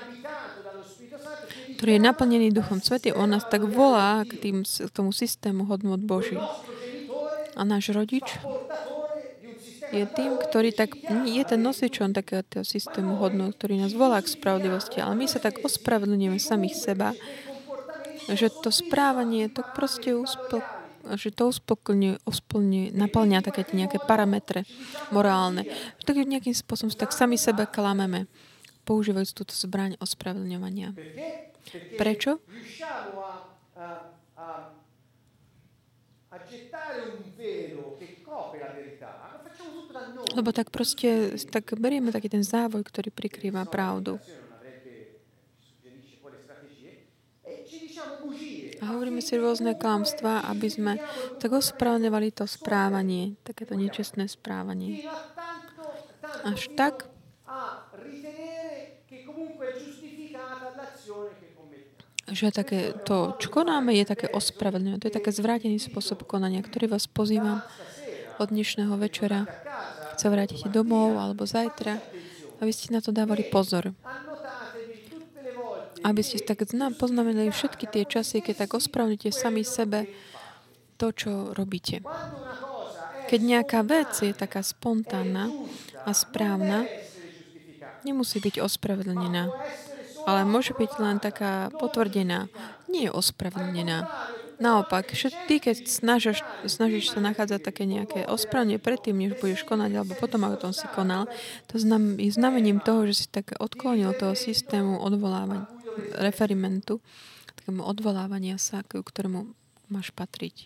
ktorý je naplnený Duchom Svätým, on nás tak volá k, tým, k tomu systému hodnot Boží. A náš rodič je tým, ktorý tak, je ten nosičom takého systému hodnot, ktorý nás volá k spravodlivosti. Ale my sa tak ospravedlňujeme samých seba, že to správanie to proste uspl, že to usplňuje, usplňuje, naplňa také nejaké parametre morálne. Že tak nejakým spôsobom tak sami sebe klameme, používajúc túto zbraň ospravedlňovania. Prečo? Lebo tak proste tak berieme taký ten závoj, ktorý prikrýva pravdu. A hovoríme si rôzne klamstvá, aby sme tak ospravedlňovali to správanie, takéto nečestné správanie. Až tak, že také, to, čo konáme, je také ospravedlňovanie. To je také zvrátený spôsob konania, ktorý vás pozývam od dnešného večera. Keď sa vrátite domov alebo zajtra, aby ste na to dávali pozor. Aby ste tak poznamenali všetky tie časy, keď tak ospravedlňujete sami sebe to, čo robíte. Keď nejaká vec je taká spontánna a správna, nemusí byť ospravedlnená. Ale môže byť len taká potvrdená, nie je ospravedlnená. Naopak, ty, keď snažíš, snažíš sa nachádzať také nejaké ospravedlnenie predtým, než budeš konať, alebo potom, ako tom si konal, to znam, je znamením toho, že si tak odklonil toho systému odvolávania, referimentu, takému odvolávania sa, k ktorému máš patriť.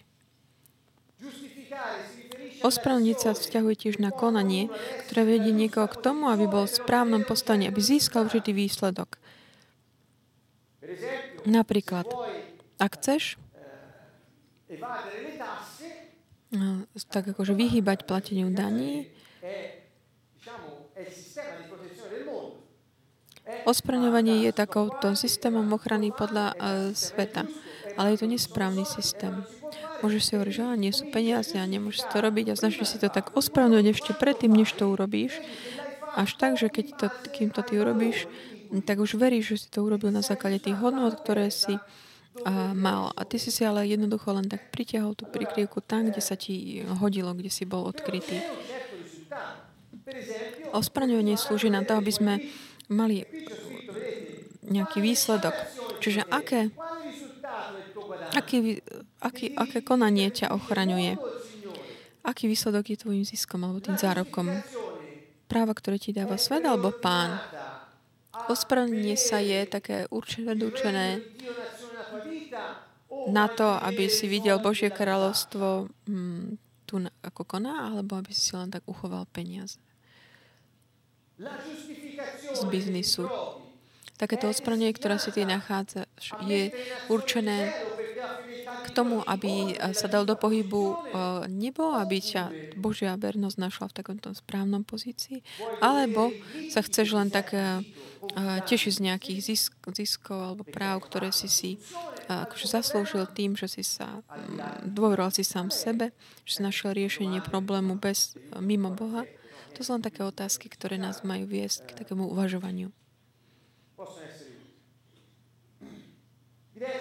Ospravedlniť sa vzťahuje tiež na konanie, ktoré vedie niekoho k tomu, aby bol v správnom postavení, aby získal určitý výsledok. Napríklad, ak chceš tak akože vyhýbať plateniu daní, ospravedlňovanie je takouto systémom ochrany podľa uh, sveta. Ale je to nesprávny systém. Môžeš si hovoriť, že nie sú peniaze a nemôžeš to robiť a snažíš si to tak ospravedlňovať ešte predtým, než to urobíš. Až tak, že keď to, kým to ty urobíš, tak už veríš, že si to urobil na základe tých hodnôt, ktoré si uh, mal. A ty si si ale jednoducho len tak pritiahol tú prikryvku tam, kde sa ti hodilo, kde si bol odkrytý. Ospravedlňovanie slúži na to, aby sme mali nejaký výsledok. Čiže aké, aký, aký, aké konanie ťa ochraňuje? Aký výsledok je tvojim ziskom alebo tým zárobkom? Práva, ktoré ti dáva svet alebo Pán? Ospravedlnenie sa je také určené na to, aby si videl Božie kráľovstvo hm, tu ako koná, alebo aby si len tak uchoval peniaze z biznisu. Takéto ospravedlnenie, ktoré si ty nachádzaš, je určené k tomu, aby sa dal do pohybu nebo, aby ťa Božia vernosť našla v takomto správnom pozícii, alebo sa chceš len tak tešiť z nejakých zisk, ziskov alebo práv, ktoré si si akože zaslúžil tým, že si sa dôveroval si sám sebe, že si našiel riešenie problému bez, mimo Boha. To sú len také otázky, ktoré nás majú viesť k takému uvažovaniu.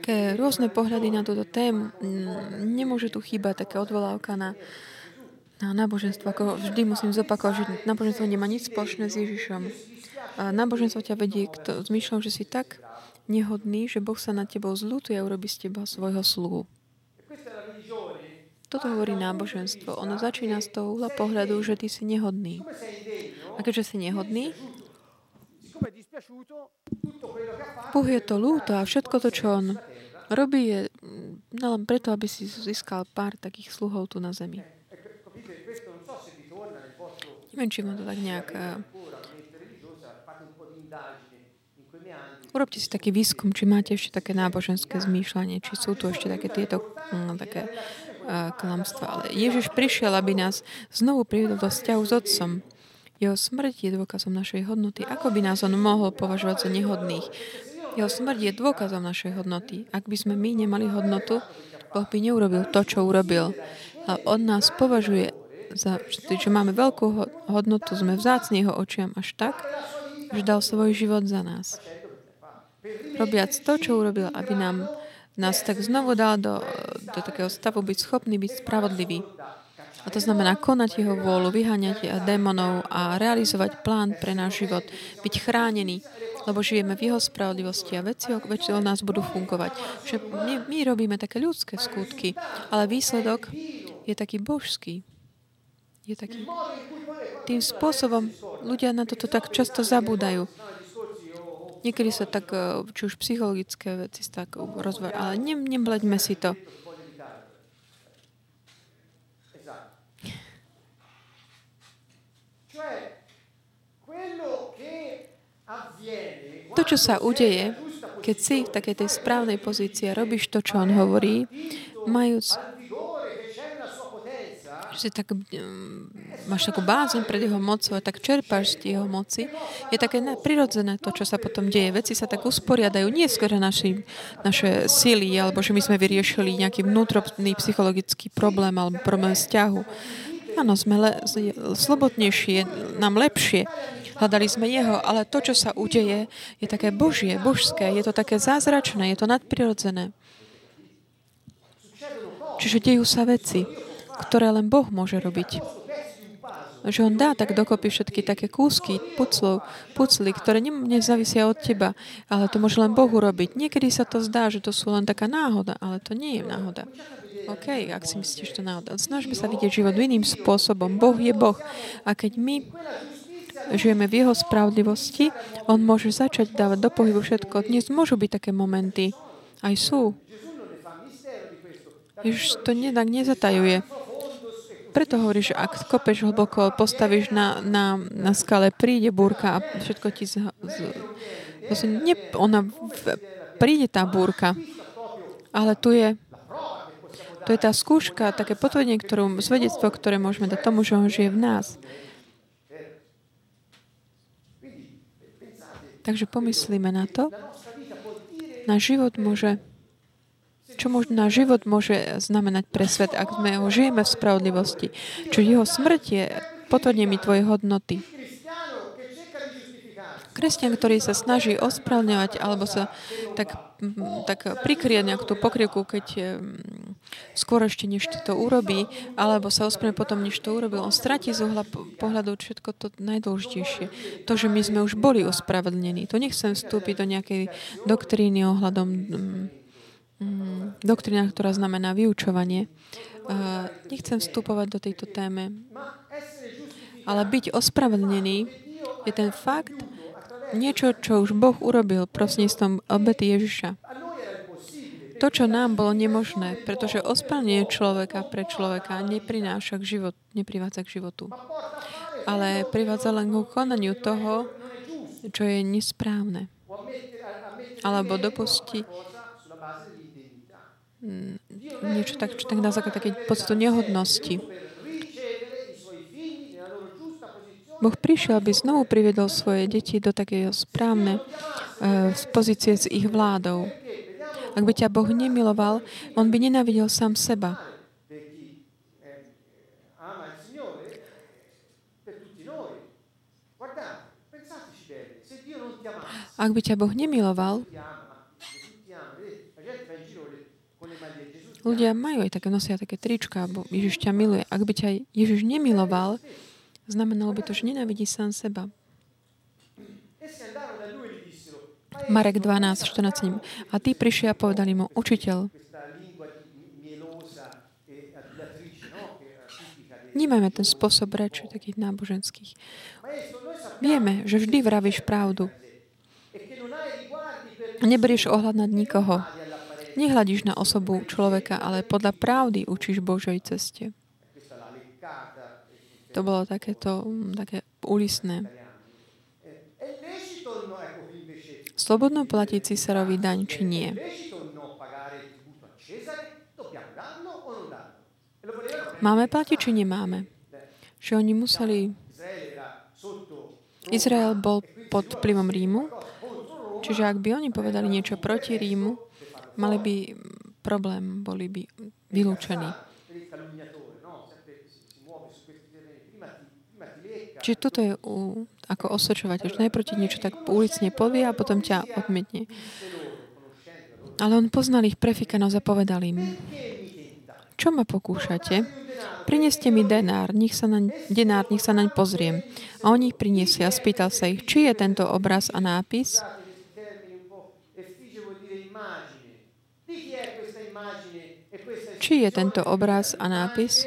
také rôzne pohľady na túto tému. Mm, Nemôže tu chýbať také odvolávka na, na náboženstvo. Ako vždy musím zopakovať, že náboženstvo nemá nič spoločné s Ježišom. A náboženstvo ťa vedie k to, s myšľou, že si tak nehodný, že Boh sa nad tebou zľutuje a urobí z teba svojho sluhu. Toto hovorí náboženstvo. Ono začína z toho uhla pohľadu, že ty si nehodný. A keďže si nehodný, Boh je to ľúto a všetko to, čo on robí, je no len preto, aby si získal pár takých sluhov tu na zemi. Neviem, či vám to tak nejak... Urobte si taký výskum, či máte ešte také náboženské zmýšľanie, či sú tu ešte také tieto no, také uh, klamstvá. Ale Ježiš prišiel, aby nás znovu priviedol do vzťahu s Otcom. Jeho smrť je dôkazom našej hodnoty. Ako by nás on mohol považovať za nehodných? Jeho smrť je dôkazom našej hodnoty. Ak by sme my nemali hodnotu, Boh by neurobil to, čo urobil. A on nás považuje za, že máme veľkú hodnotu, sme vzácni jeho očiam až tak, že dal svoj život za nás. Robiac to, čo urobil, aby nám nás tak znovu dal do, do takého stavu byť schopný byť spravodlivý. A to znamená konať jeho vôľu, vyháňať démonov a realizovať plán pre náš život, byť chránený, lebo žijeme v jeho spravodlivosti a veci okolo nás budú fungovať. Že my, my robíme také ľudské skutky, ale výsledok je taký božský. Je taký. Tým spôsobom ľudia na toto tak často zabúdajú. Niekedy sa tak, či už psychologické veci tak rozvájajú, ale ne, nebleďme si to. To, čo sa udeje, keď si v takej tej správnej pozícii a robíš to, čo on hovorí, majúc, že si tak, um, máš takú bázeň pred jeho mocou a tak čerpáš z jeho moci, je také prirodzené to, čo sa potom deje. Veci sa tak usporiadajú, nie skôr naši, naše sily, alebo že my sme vyriešili nejaký vnútorný psychologický problém alebo problém vzťahu. Áno, sme le, slobodnejšie, nám lepšie. Hľadali sme jeho, ale to, čo sa udeje, je také božie, božské, je to také zázračné, je to nadprirodzené. Čiže dejú sa veci, ktoré len Boh môže robiť. Že on dá tak dokopy všetky také kúsky, puclov, pucly, ktoré ne, nezávisia od teba, ale to môže len Boh urobiť. Niekedy sa to zdá, že to sú len taká náhoda, ale to nie je náhoda. OK, ak si myslíte, že to je náhoda. Snažme sa vidieť život iným spôsobom. Boh je Boh. A keď my žijeme v jeho spravodlivosti, on môže začať dávať do pohybu všetko. Dnes môžu byť také momenty. Aj sú. Ježiš to nedak nezatajuje. Preto hovorí, že ak kopeš hlboko, postavíš na, na, na skale, príde búrka a všetko ti z, z, z, ne, ona príde tá búrka. Ale tu je to je tá skúška, také potvrdenie, ktorú, svedectvo, ktoré môžeme dať tomu, že on žije v nás. Takže pomyslíme na to. Náš život môže Čo môže, náš život môže znamenať pre svet, ak sme ho žijeme v spravodlivosti. Čo jeho smrť je potvrdením tvojej hodnoty. Kresťan, ktorý sa snaží ospravedlňovať alebo sa tak, tak prikrie nejakú tú pokrivku, keď skôr ešte než to urobí, alebo sa ospravedlňuje potom, než to urobil, on stratí z uhla pohľadu všetko to najdôležitejšie. To, že my sme už boli ospravedlnení. Tu nechcem vstúpiť do nejakej doktríny ohľadom doktrína, ktorá znamená vyučovanie. Nechcem vstupovať do tejto téme. Ale byť ospravedlnený je ten fakt, niečo, čo už Boh urobil prostredníctvom obety Ježiša. To, čo nám bolo nemožné, pretože ospravedlnenie človeka pre človeka neprináša k životu, neprivádza k životu. Ale privádza len k konaniu toho, čo je nesprávne. Alebo dopusti niečo tak, čo tak na základe takej pocitu nehodnosti. Boh prišiel, aby znovu priviedol svoje deti do takej správnej uh, pozície s ich vládou. Ak by ťa Boh nemiloval, on by nenávidel sám seba. Ak by ťa Boh nemiloval, Ľudia majú aj také, nosia také trička, alebo Ježiš ťa miluje. Ak by ťa Ježiš nemiloval, znamenalo by to, že nenávidí sám seba. Marek dvanásť, štrnásť. A tí prišli a povedali mu, učiteľ, vnímajme ten spôsob reči takých náboženských. Vieme, že vždy vravíš pravdu. Neberieš ohľad nad nikoho. Nehľadíš na osobu človeka, ale podľa pravdy učíš Božej ceste. To bolo takéto, také ulisné. Slobodno platí císarovi daň, či nie? Máme platiť, či nemáme? Že oni museli... Izrael bol pod vplyvom Rímu, čiže ak by oni povedali niečo proti Rímu, mali by problém, boli by vylúčení. Čiže toto je u, ako osočovať, že najprv ti niečo tak ulicne povie a potom ťa odmietne. Ale on poznal ich prefikanosť a povedal im, čo ma pokúšate? Prineste mi denár, nech sa naň, denár, nech sa naň pozriem. A on ich priniesli a spýtal sa ich, či je tento obraz a nápis? Či je tento obraz a nápis?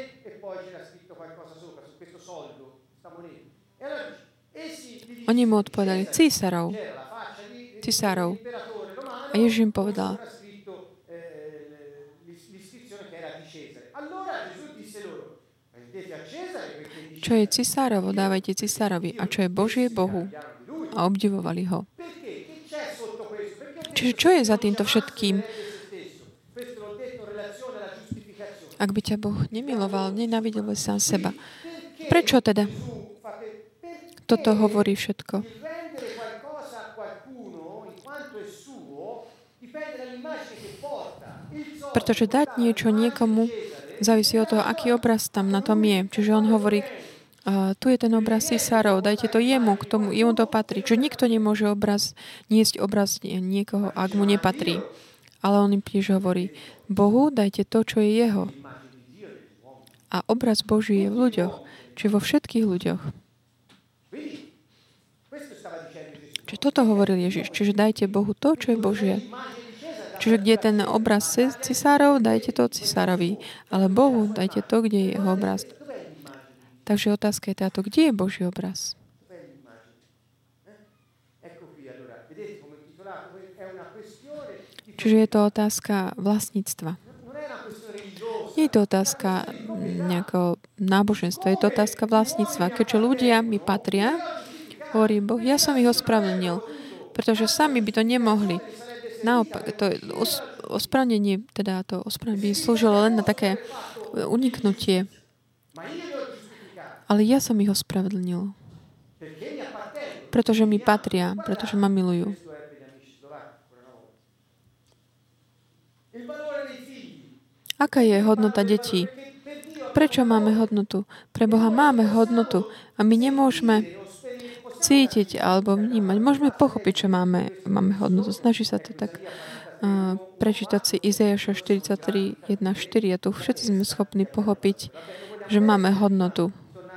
Oni mu odpovedali, císarov. Císarov. A Ježiš im povedal, čo je cisárovo, dávajte cisárovi. A čo je Božie, Bohu. A obdivovali ho. Čiže čo je za týmto všetkým? Ak by ťa Boh nemiloval, nenávidel by sám seba. Prečo teda? Toto hovorí všetko. Pretože dať niečo niekomu závisí od toho, aký obraz tam na tom je. Čiže on hovorí, uh, tu je ten obraz Cisárov, dajte to jemu, k tomu, jemu to patrí. Čiže nikto nemôže obraz, niesť obraz niekoho, ak mu nepatrí. Ale on im tiež hovorí, Bohu dajte to, čo je jeho. A obraz Boží je v ľuďoch, čiže vo všetkých ľuďoch. Čiže toto hovoril Ježiš. Čiže dajte Bohu to, čo je Božie. Čiže kde je ten obraz cisárov, dajte to cisárovi. Ale Bohu dajte to, kde je jeho obraz. Takže otázka je táto, kde je Boží obraz? Čiže je to otázka vlastníctva. Nie je to otázka nejakého náboženstva, je to otázka vlastníctva. Keďže ľudia mi patria, hovorí Boh, ja som ich ospravedlnil, pretože sami by to nemohli. Naopak, to ospravedlnenie, teda to ospravedlenie by slúžilo len na také uniknutie. Ale ja som ich ospravedlnil. Pretože mi patria, pretože ma milujú. Aká je hodnota detí? Prečo máme hodnotu? Pre Boha máme hodnotu a my nemôžeme cítiť alebo vnímať. Môžeme pochopiť, že máme, máme hodnotu. Snaží sa to tak uh, prečítať si Izaiáša štyridsaťtri jeden štyri a tu všetci sme schopní pochopiť, že máme hodnotu.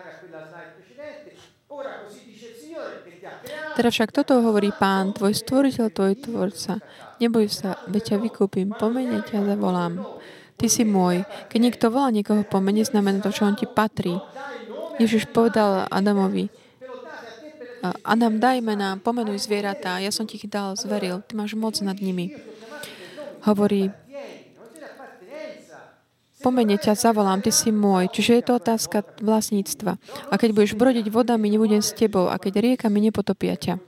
Teda však toto hovorí Pán, tvoj stvoriteľ, tvoj tvorca. Neboj sa, veď ťa vykúpim, po mene ťa zavolám. Ty si môj. Keď niekto volá niekoho po mene, znamená to, čo on ti patrí. Ježiš povedal Adamovi, Adam, daj mená, pomenuj zvieratá, ja som ti ich dal, zveril, ty máš moc nad nimi. Hovorí, po mene ťa zavolám, ty si môj. Čiže je to otázka vlastníctva. A keď budeš brodiť vodami, nebudem s tebou. A keď riekami, nepotopia ťa.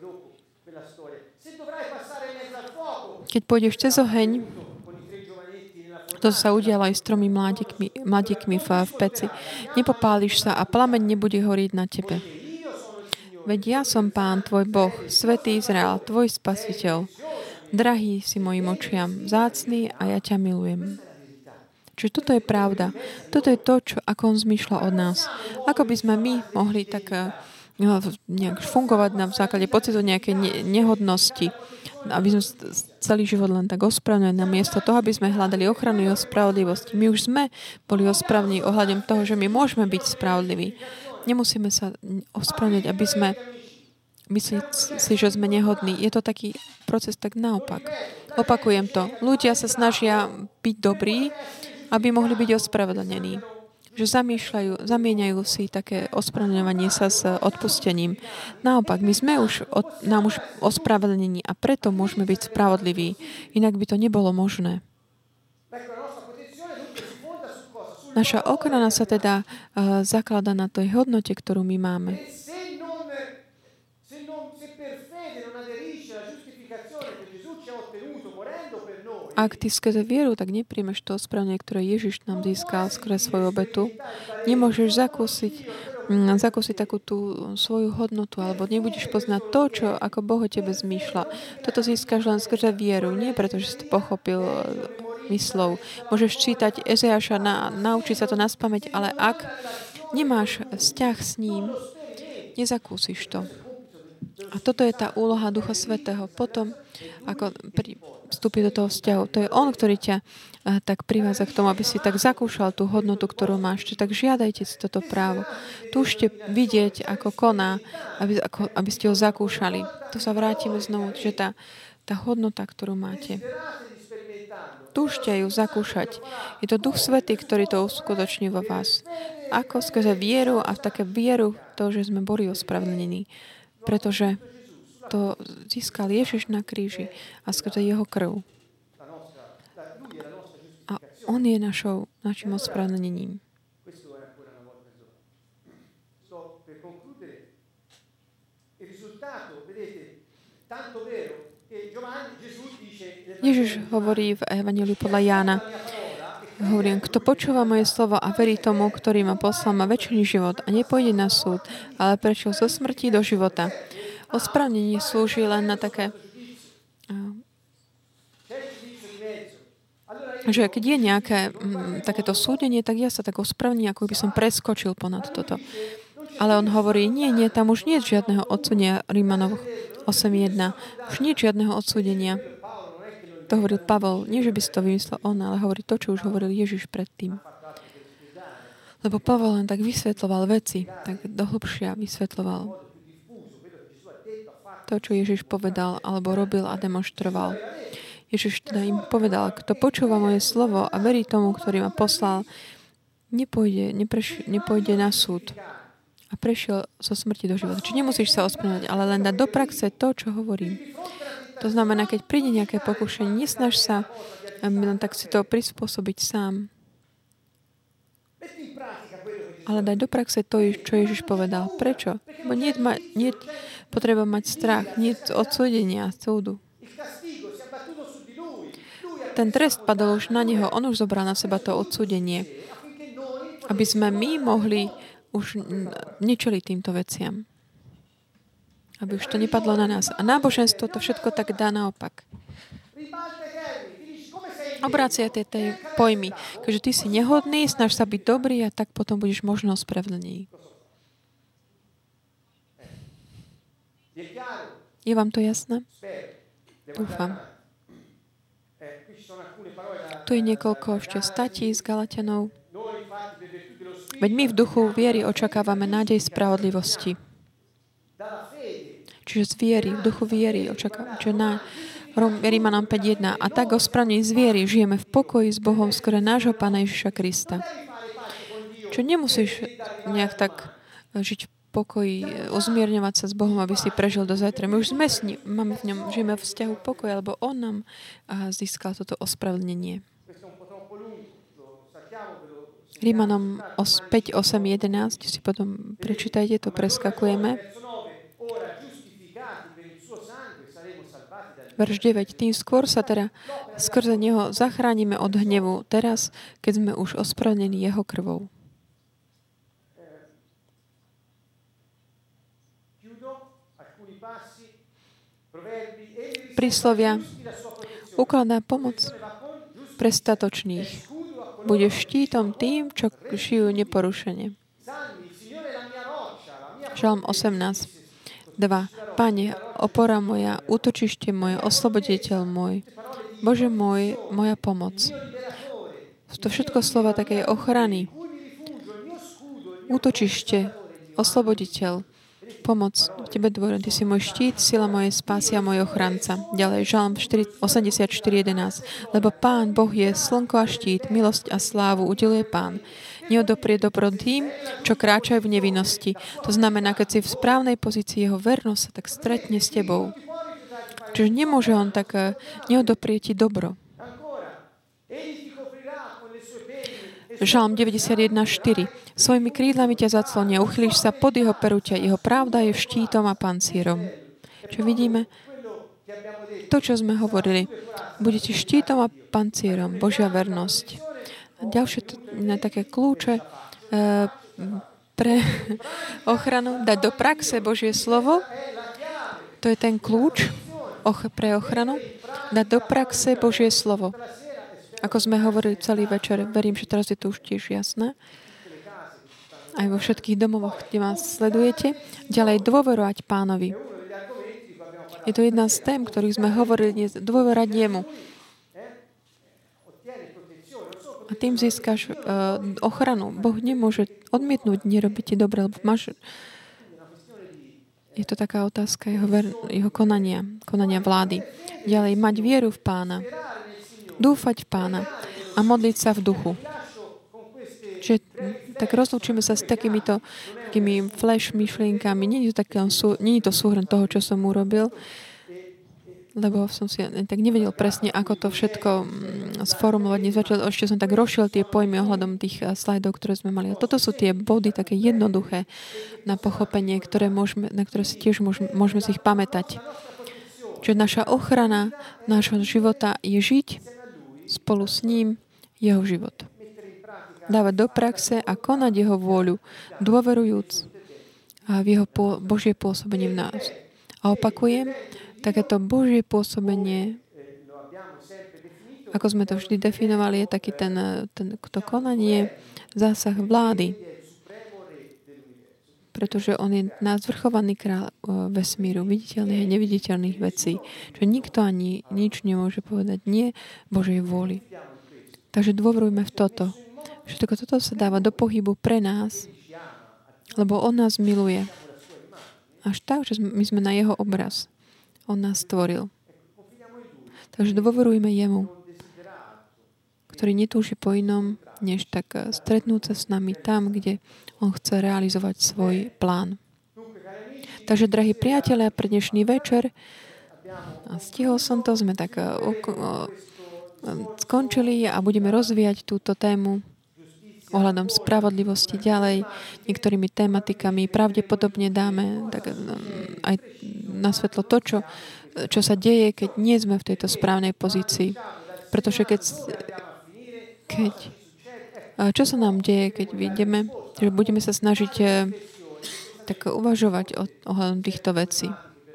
Keď pôjdeš cez oheň, to sa udialo aj s tromi mladíkmi, mladíkmi v, v peci. Nepopáliš sa a plameň nebude horieť na tebe. Veď ja som Pán, tvoj Boh, Svätý Izrael, tvoj Spasiteľ. Drahý si mojim očiam, vzácny a ja ťa milujem. Čiže toto je pravda. Toto je to, čo, ako on zmýšľa od nás. Ako by sme my mohli tak no, nejak fungovať na základe pocitu nejakej ne- nehodnosti, aby sme celý život len tak ospravedlňovali namiesto toho, aby sme hľadali ochranu jeho spravodlivosti. My už sme boli ospravní ohľadom toho, že my môžeme byť spravodliví. Nemusíme sa ospravedlňovať, aby sme myslieť si, že sme nehodní. Je to taký proces tak naopak. Opakujem to. Ľudia sa snažia byť dobrí, aby mohli byť ospravedlnení. Že zamýšľajú, zamieňajú si také ospravedlňovanie sa s odpustením. Naopak, my sme už, od, nám už ospravedlnení a preto môžeme byť spravodliví. Inak by to nebolo možné. Naša ochrana sa teda uh, zaklada na tej hodnote, ktorú my máme. Ak ty skrze vieru, tak nepríjmeš to ospravedlnenie, ktoré Ježiš nám získal skrze svoju obetu. Nemôžeš zakúsiť, mm, zakúsiť takú tú svoju hodnotu, alebo nebudeš poznať to, čo ako Boh o tebe zmýšľa. Toto získaš len skrze vieru, nie preto, že si to pochopil myslov. Môžeš čítať Ezeáša, na, naučiť sa to naspamäť, ale ak nemáš vzťah s ním, nezakúsiš to. A toto je tá úloha Ducha Svätého. Potom, ako pri, vstúpi do toho vzťahu, to je On, ktorý ťa uh, tak privádza k tomu, aby si tak zakúšal tú hodnotu, ktorú máš. Čiže tak žiadajte si toto právo. Túžte vidieť, ako koná, aby, ako, aby ste ho zakúšali. To sa vrátime znovu, že tá, tá hodnota, ktorú máte. Túžte ju zakúšať. Je to Duch Svätý, ktorý to uskutoční vo vás. Ako skrze vieru a v také vieru to, že sme boli ospravedlnení. Pretože to získal Ježiš na kríži a skrze jeho krv. A on je našou, našim ospravedlnením. Ježiš hovorí v Evanjeliu podľa Jána. Hovorím, kto počúva moje slovo a verí tomu, ktorý ma poslal, má večný život a nepôjde na súd, ale prešiel zo smrti do života. Ospravedlnenie slúži len na také, že keď je nejaké m, takéto súdenie, tak ja sa tak ospravedlním, ako by som preskočil ponad toto. Ale on hovorí, nie, nie, tam už nie je žiadneho odsúdenia, Rímanov osem jedna. Už nie je žiadneho odsúdenia. To hovoril Pavol. Nie, že by si to vymyslel on, ale hovorí to, čo už hovoril Ježiš predtým. Lebo Pavol len tak vysvetľoval veci, tak dohlbšia vysvetľoval to, čo Ježiš povedal, alebo robil a demonstroval. Ježiš teda im povedal, kto počúva moje slovo a verí tomu, ktorý ma poslal, nepôjde, nepreš, nepôjde na súd a prešiel zo smrti do života. Čiže nemusíš sa ospravedlňovať, ale len dať do praxe to, čo hovorím. To znamená, keď príde nejaké pokušenie, nesnaž sa len tak si to prispôsobiť sám. Ale daj do praxe to, čo Ježiš povedal. Prečo? Lebo nie je potreba mať strach, nie je odsúdenia, súdu. Ten trest padol už na neho, on už zobral na seba to odsúdenie. Aby sme my mohli už nečeliť týmto veciam. Aby už to nepadlo na nás. A náboženstvo to všetko tak dá naopak. Obrácia tie tej pojmy. Keďže ty si nehodný, snaž sa byť dobrý a tak potom budeš možno ospravedlnený. Je vám to jasné? Dúfam. Tu je niekoľko ešte statí z Galatianov. Veď my v duchu viery očakávame nádej spravodlivosti. Čiže z viery, v duchu viery očakávame, čo na Rímanom päť jedna. A tak ospravedlnení z viery žijeme v pokoji s Bohom skôr nášho Pána Ježiša Krista. Čo nemusíš nejak tak žiť v pokoji, uzmierňovať sa s Bohom, aby si prežil do zajtra. My už sme s ním, máme v ňom, žijeme v vzťahu pokoja, lebo on nám získal toto ospravedlnenie. Rímanom päť osem jedenásť si potom prečítajte, to preskakujeme. Verš deväť. Tým skôr sa teda skrze neho zachránime od hnevu teraz, keď sme už ospravedlnení jeho krvou. Príslovia ukladá pomoc pre statočných. Bude štítom tým, čo žijú neporušene. Žalm osemnásť, dva. Pane, opora moja, útočište moje, osloboditeľ môj, Bože môj, moja pomoc. Sú to všetko slova takej ochrany. Útočište, osloboditeľ, pomoc. V Tebe dôverujem. Ty si môj štít, sila mojej spásy a môj ochranca. Ďalej, Žalm osemdesiatštyri jedenásť. Lebo Pán Boh je slnko a štít, milosť a slávu udeluje Pán. Neodoprie dobro tým, čo kráčajú v nevinnosti. To znamená, keď si v správnej pozícii, jeho vernosť sa tak stretne s tebou. Čiže nemôže on tak neodoprieť ti dobro. Žalm deväťdesiatjeden štyri. Svojimi krídlami ťa zaclonia, uchylíš sa pod jeho peruťa, jeho pravda je štítom a pancierom. Čo vidíme? To, čo sme hovorili. Budete štítom a pancierom, Božia vernosť. A ďalšie t- na také kľúče e, pre ochranu, dať do praxe Božie slovo. To je ten kľúč och- pre ochranu. Dať do praxe Božie slovo. Ako sme hovorili celý večer, verím, že teraz je to už tiež jasné. Aj vo všetkých domovoch, kde vás sledujete. Ďalej dôverovať Pánovi. Je to jedna z tém, ktorých sme hovorili dnes. Dôverať jemu. A tým získaš uh, ochranu. Boh nemôže odmietnúť, nerobiť ti dobre, lebo máš... Je to taká otázka jeho, ver... jeho konania, konania vlády. Ďalej, mať vieru v Pána. Dúfať v Pána a modliť sa v duchu. Čiže tak rozlúčime sa s takýmito takými flash myšlienkami. Nie je to, také, nie je to súhrn toho, čo som urobil, lebo som si tak nevedel presne, ako to všetko sformulovať. Nezvačal, ešte som tak rozšiel tie pojmy ohľadom tých slajdov, ktoré sme mali. A toto sú tie body také jednoduché na pochopenie, ktoré môžeme, na ktoré si tiež môžeme, môžeme si ich pamätať. Čiže naša ochrana nášho života je žiť spolu s ním jeho život. Dávať do praxe a konať jeho vôľu, dôverujúc v jeho Božie pôsobenie v nás. A opakujem, takéto Božie pôsobenie, ako sme to vždy definovali, je taký ten, ten to konanie, zásah vlády. Pretože on je zvrchovaný kráľ vesmíru, viditeľných a neviditeľných vecí. Čo nikto ani nič nemôže povedať nie Božej vôli. Takže dôverujme v toto. Všetko toto sa dáva do pohybu pre nás, lebo on nás miluje. Až tak, že my sme na jeho obraz. On nás stvoril. Takže dôverujme jemu, ktorý netúži po inom, než tak stretnúť sa s nami tam, kde on chce realizovať svoj plán. Takže, drahí priatelia, pre dnešný večer, a stihol som to, sme tak skončili a budeme rozvíjať túto tému ohľadom spravodlivosti ďalej. Niektorými tematikami pravdepodobne dáme tak aj na svetlo to, čo, čo sa deje, keď nie sme v tejto správnej pozícii. Pretože keď, keď čo sa nám deje, keď vidíme, že budeme sa snažiť tak uvažovať o ohľadom týchto vecí.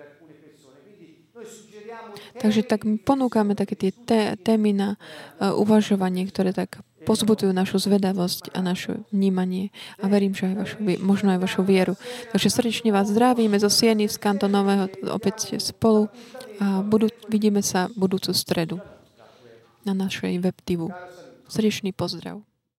Takže tak ponúkame také tie té- témy na uh, uvažovanie, ktoré tak pozbudujú našu zvedavosť a naše vnímanie. A verím, že aj vašu, možno aj vašu vieru. Takže srdečne vás zdravíme zo Sieny z Kantonového opäť spolu a budú, vidíme sa budúcu stredu na našej web tivu. Srdečný pozdrav.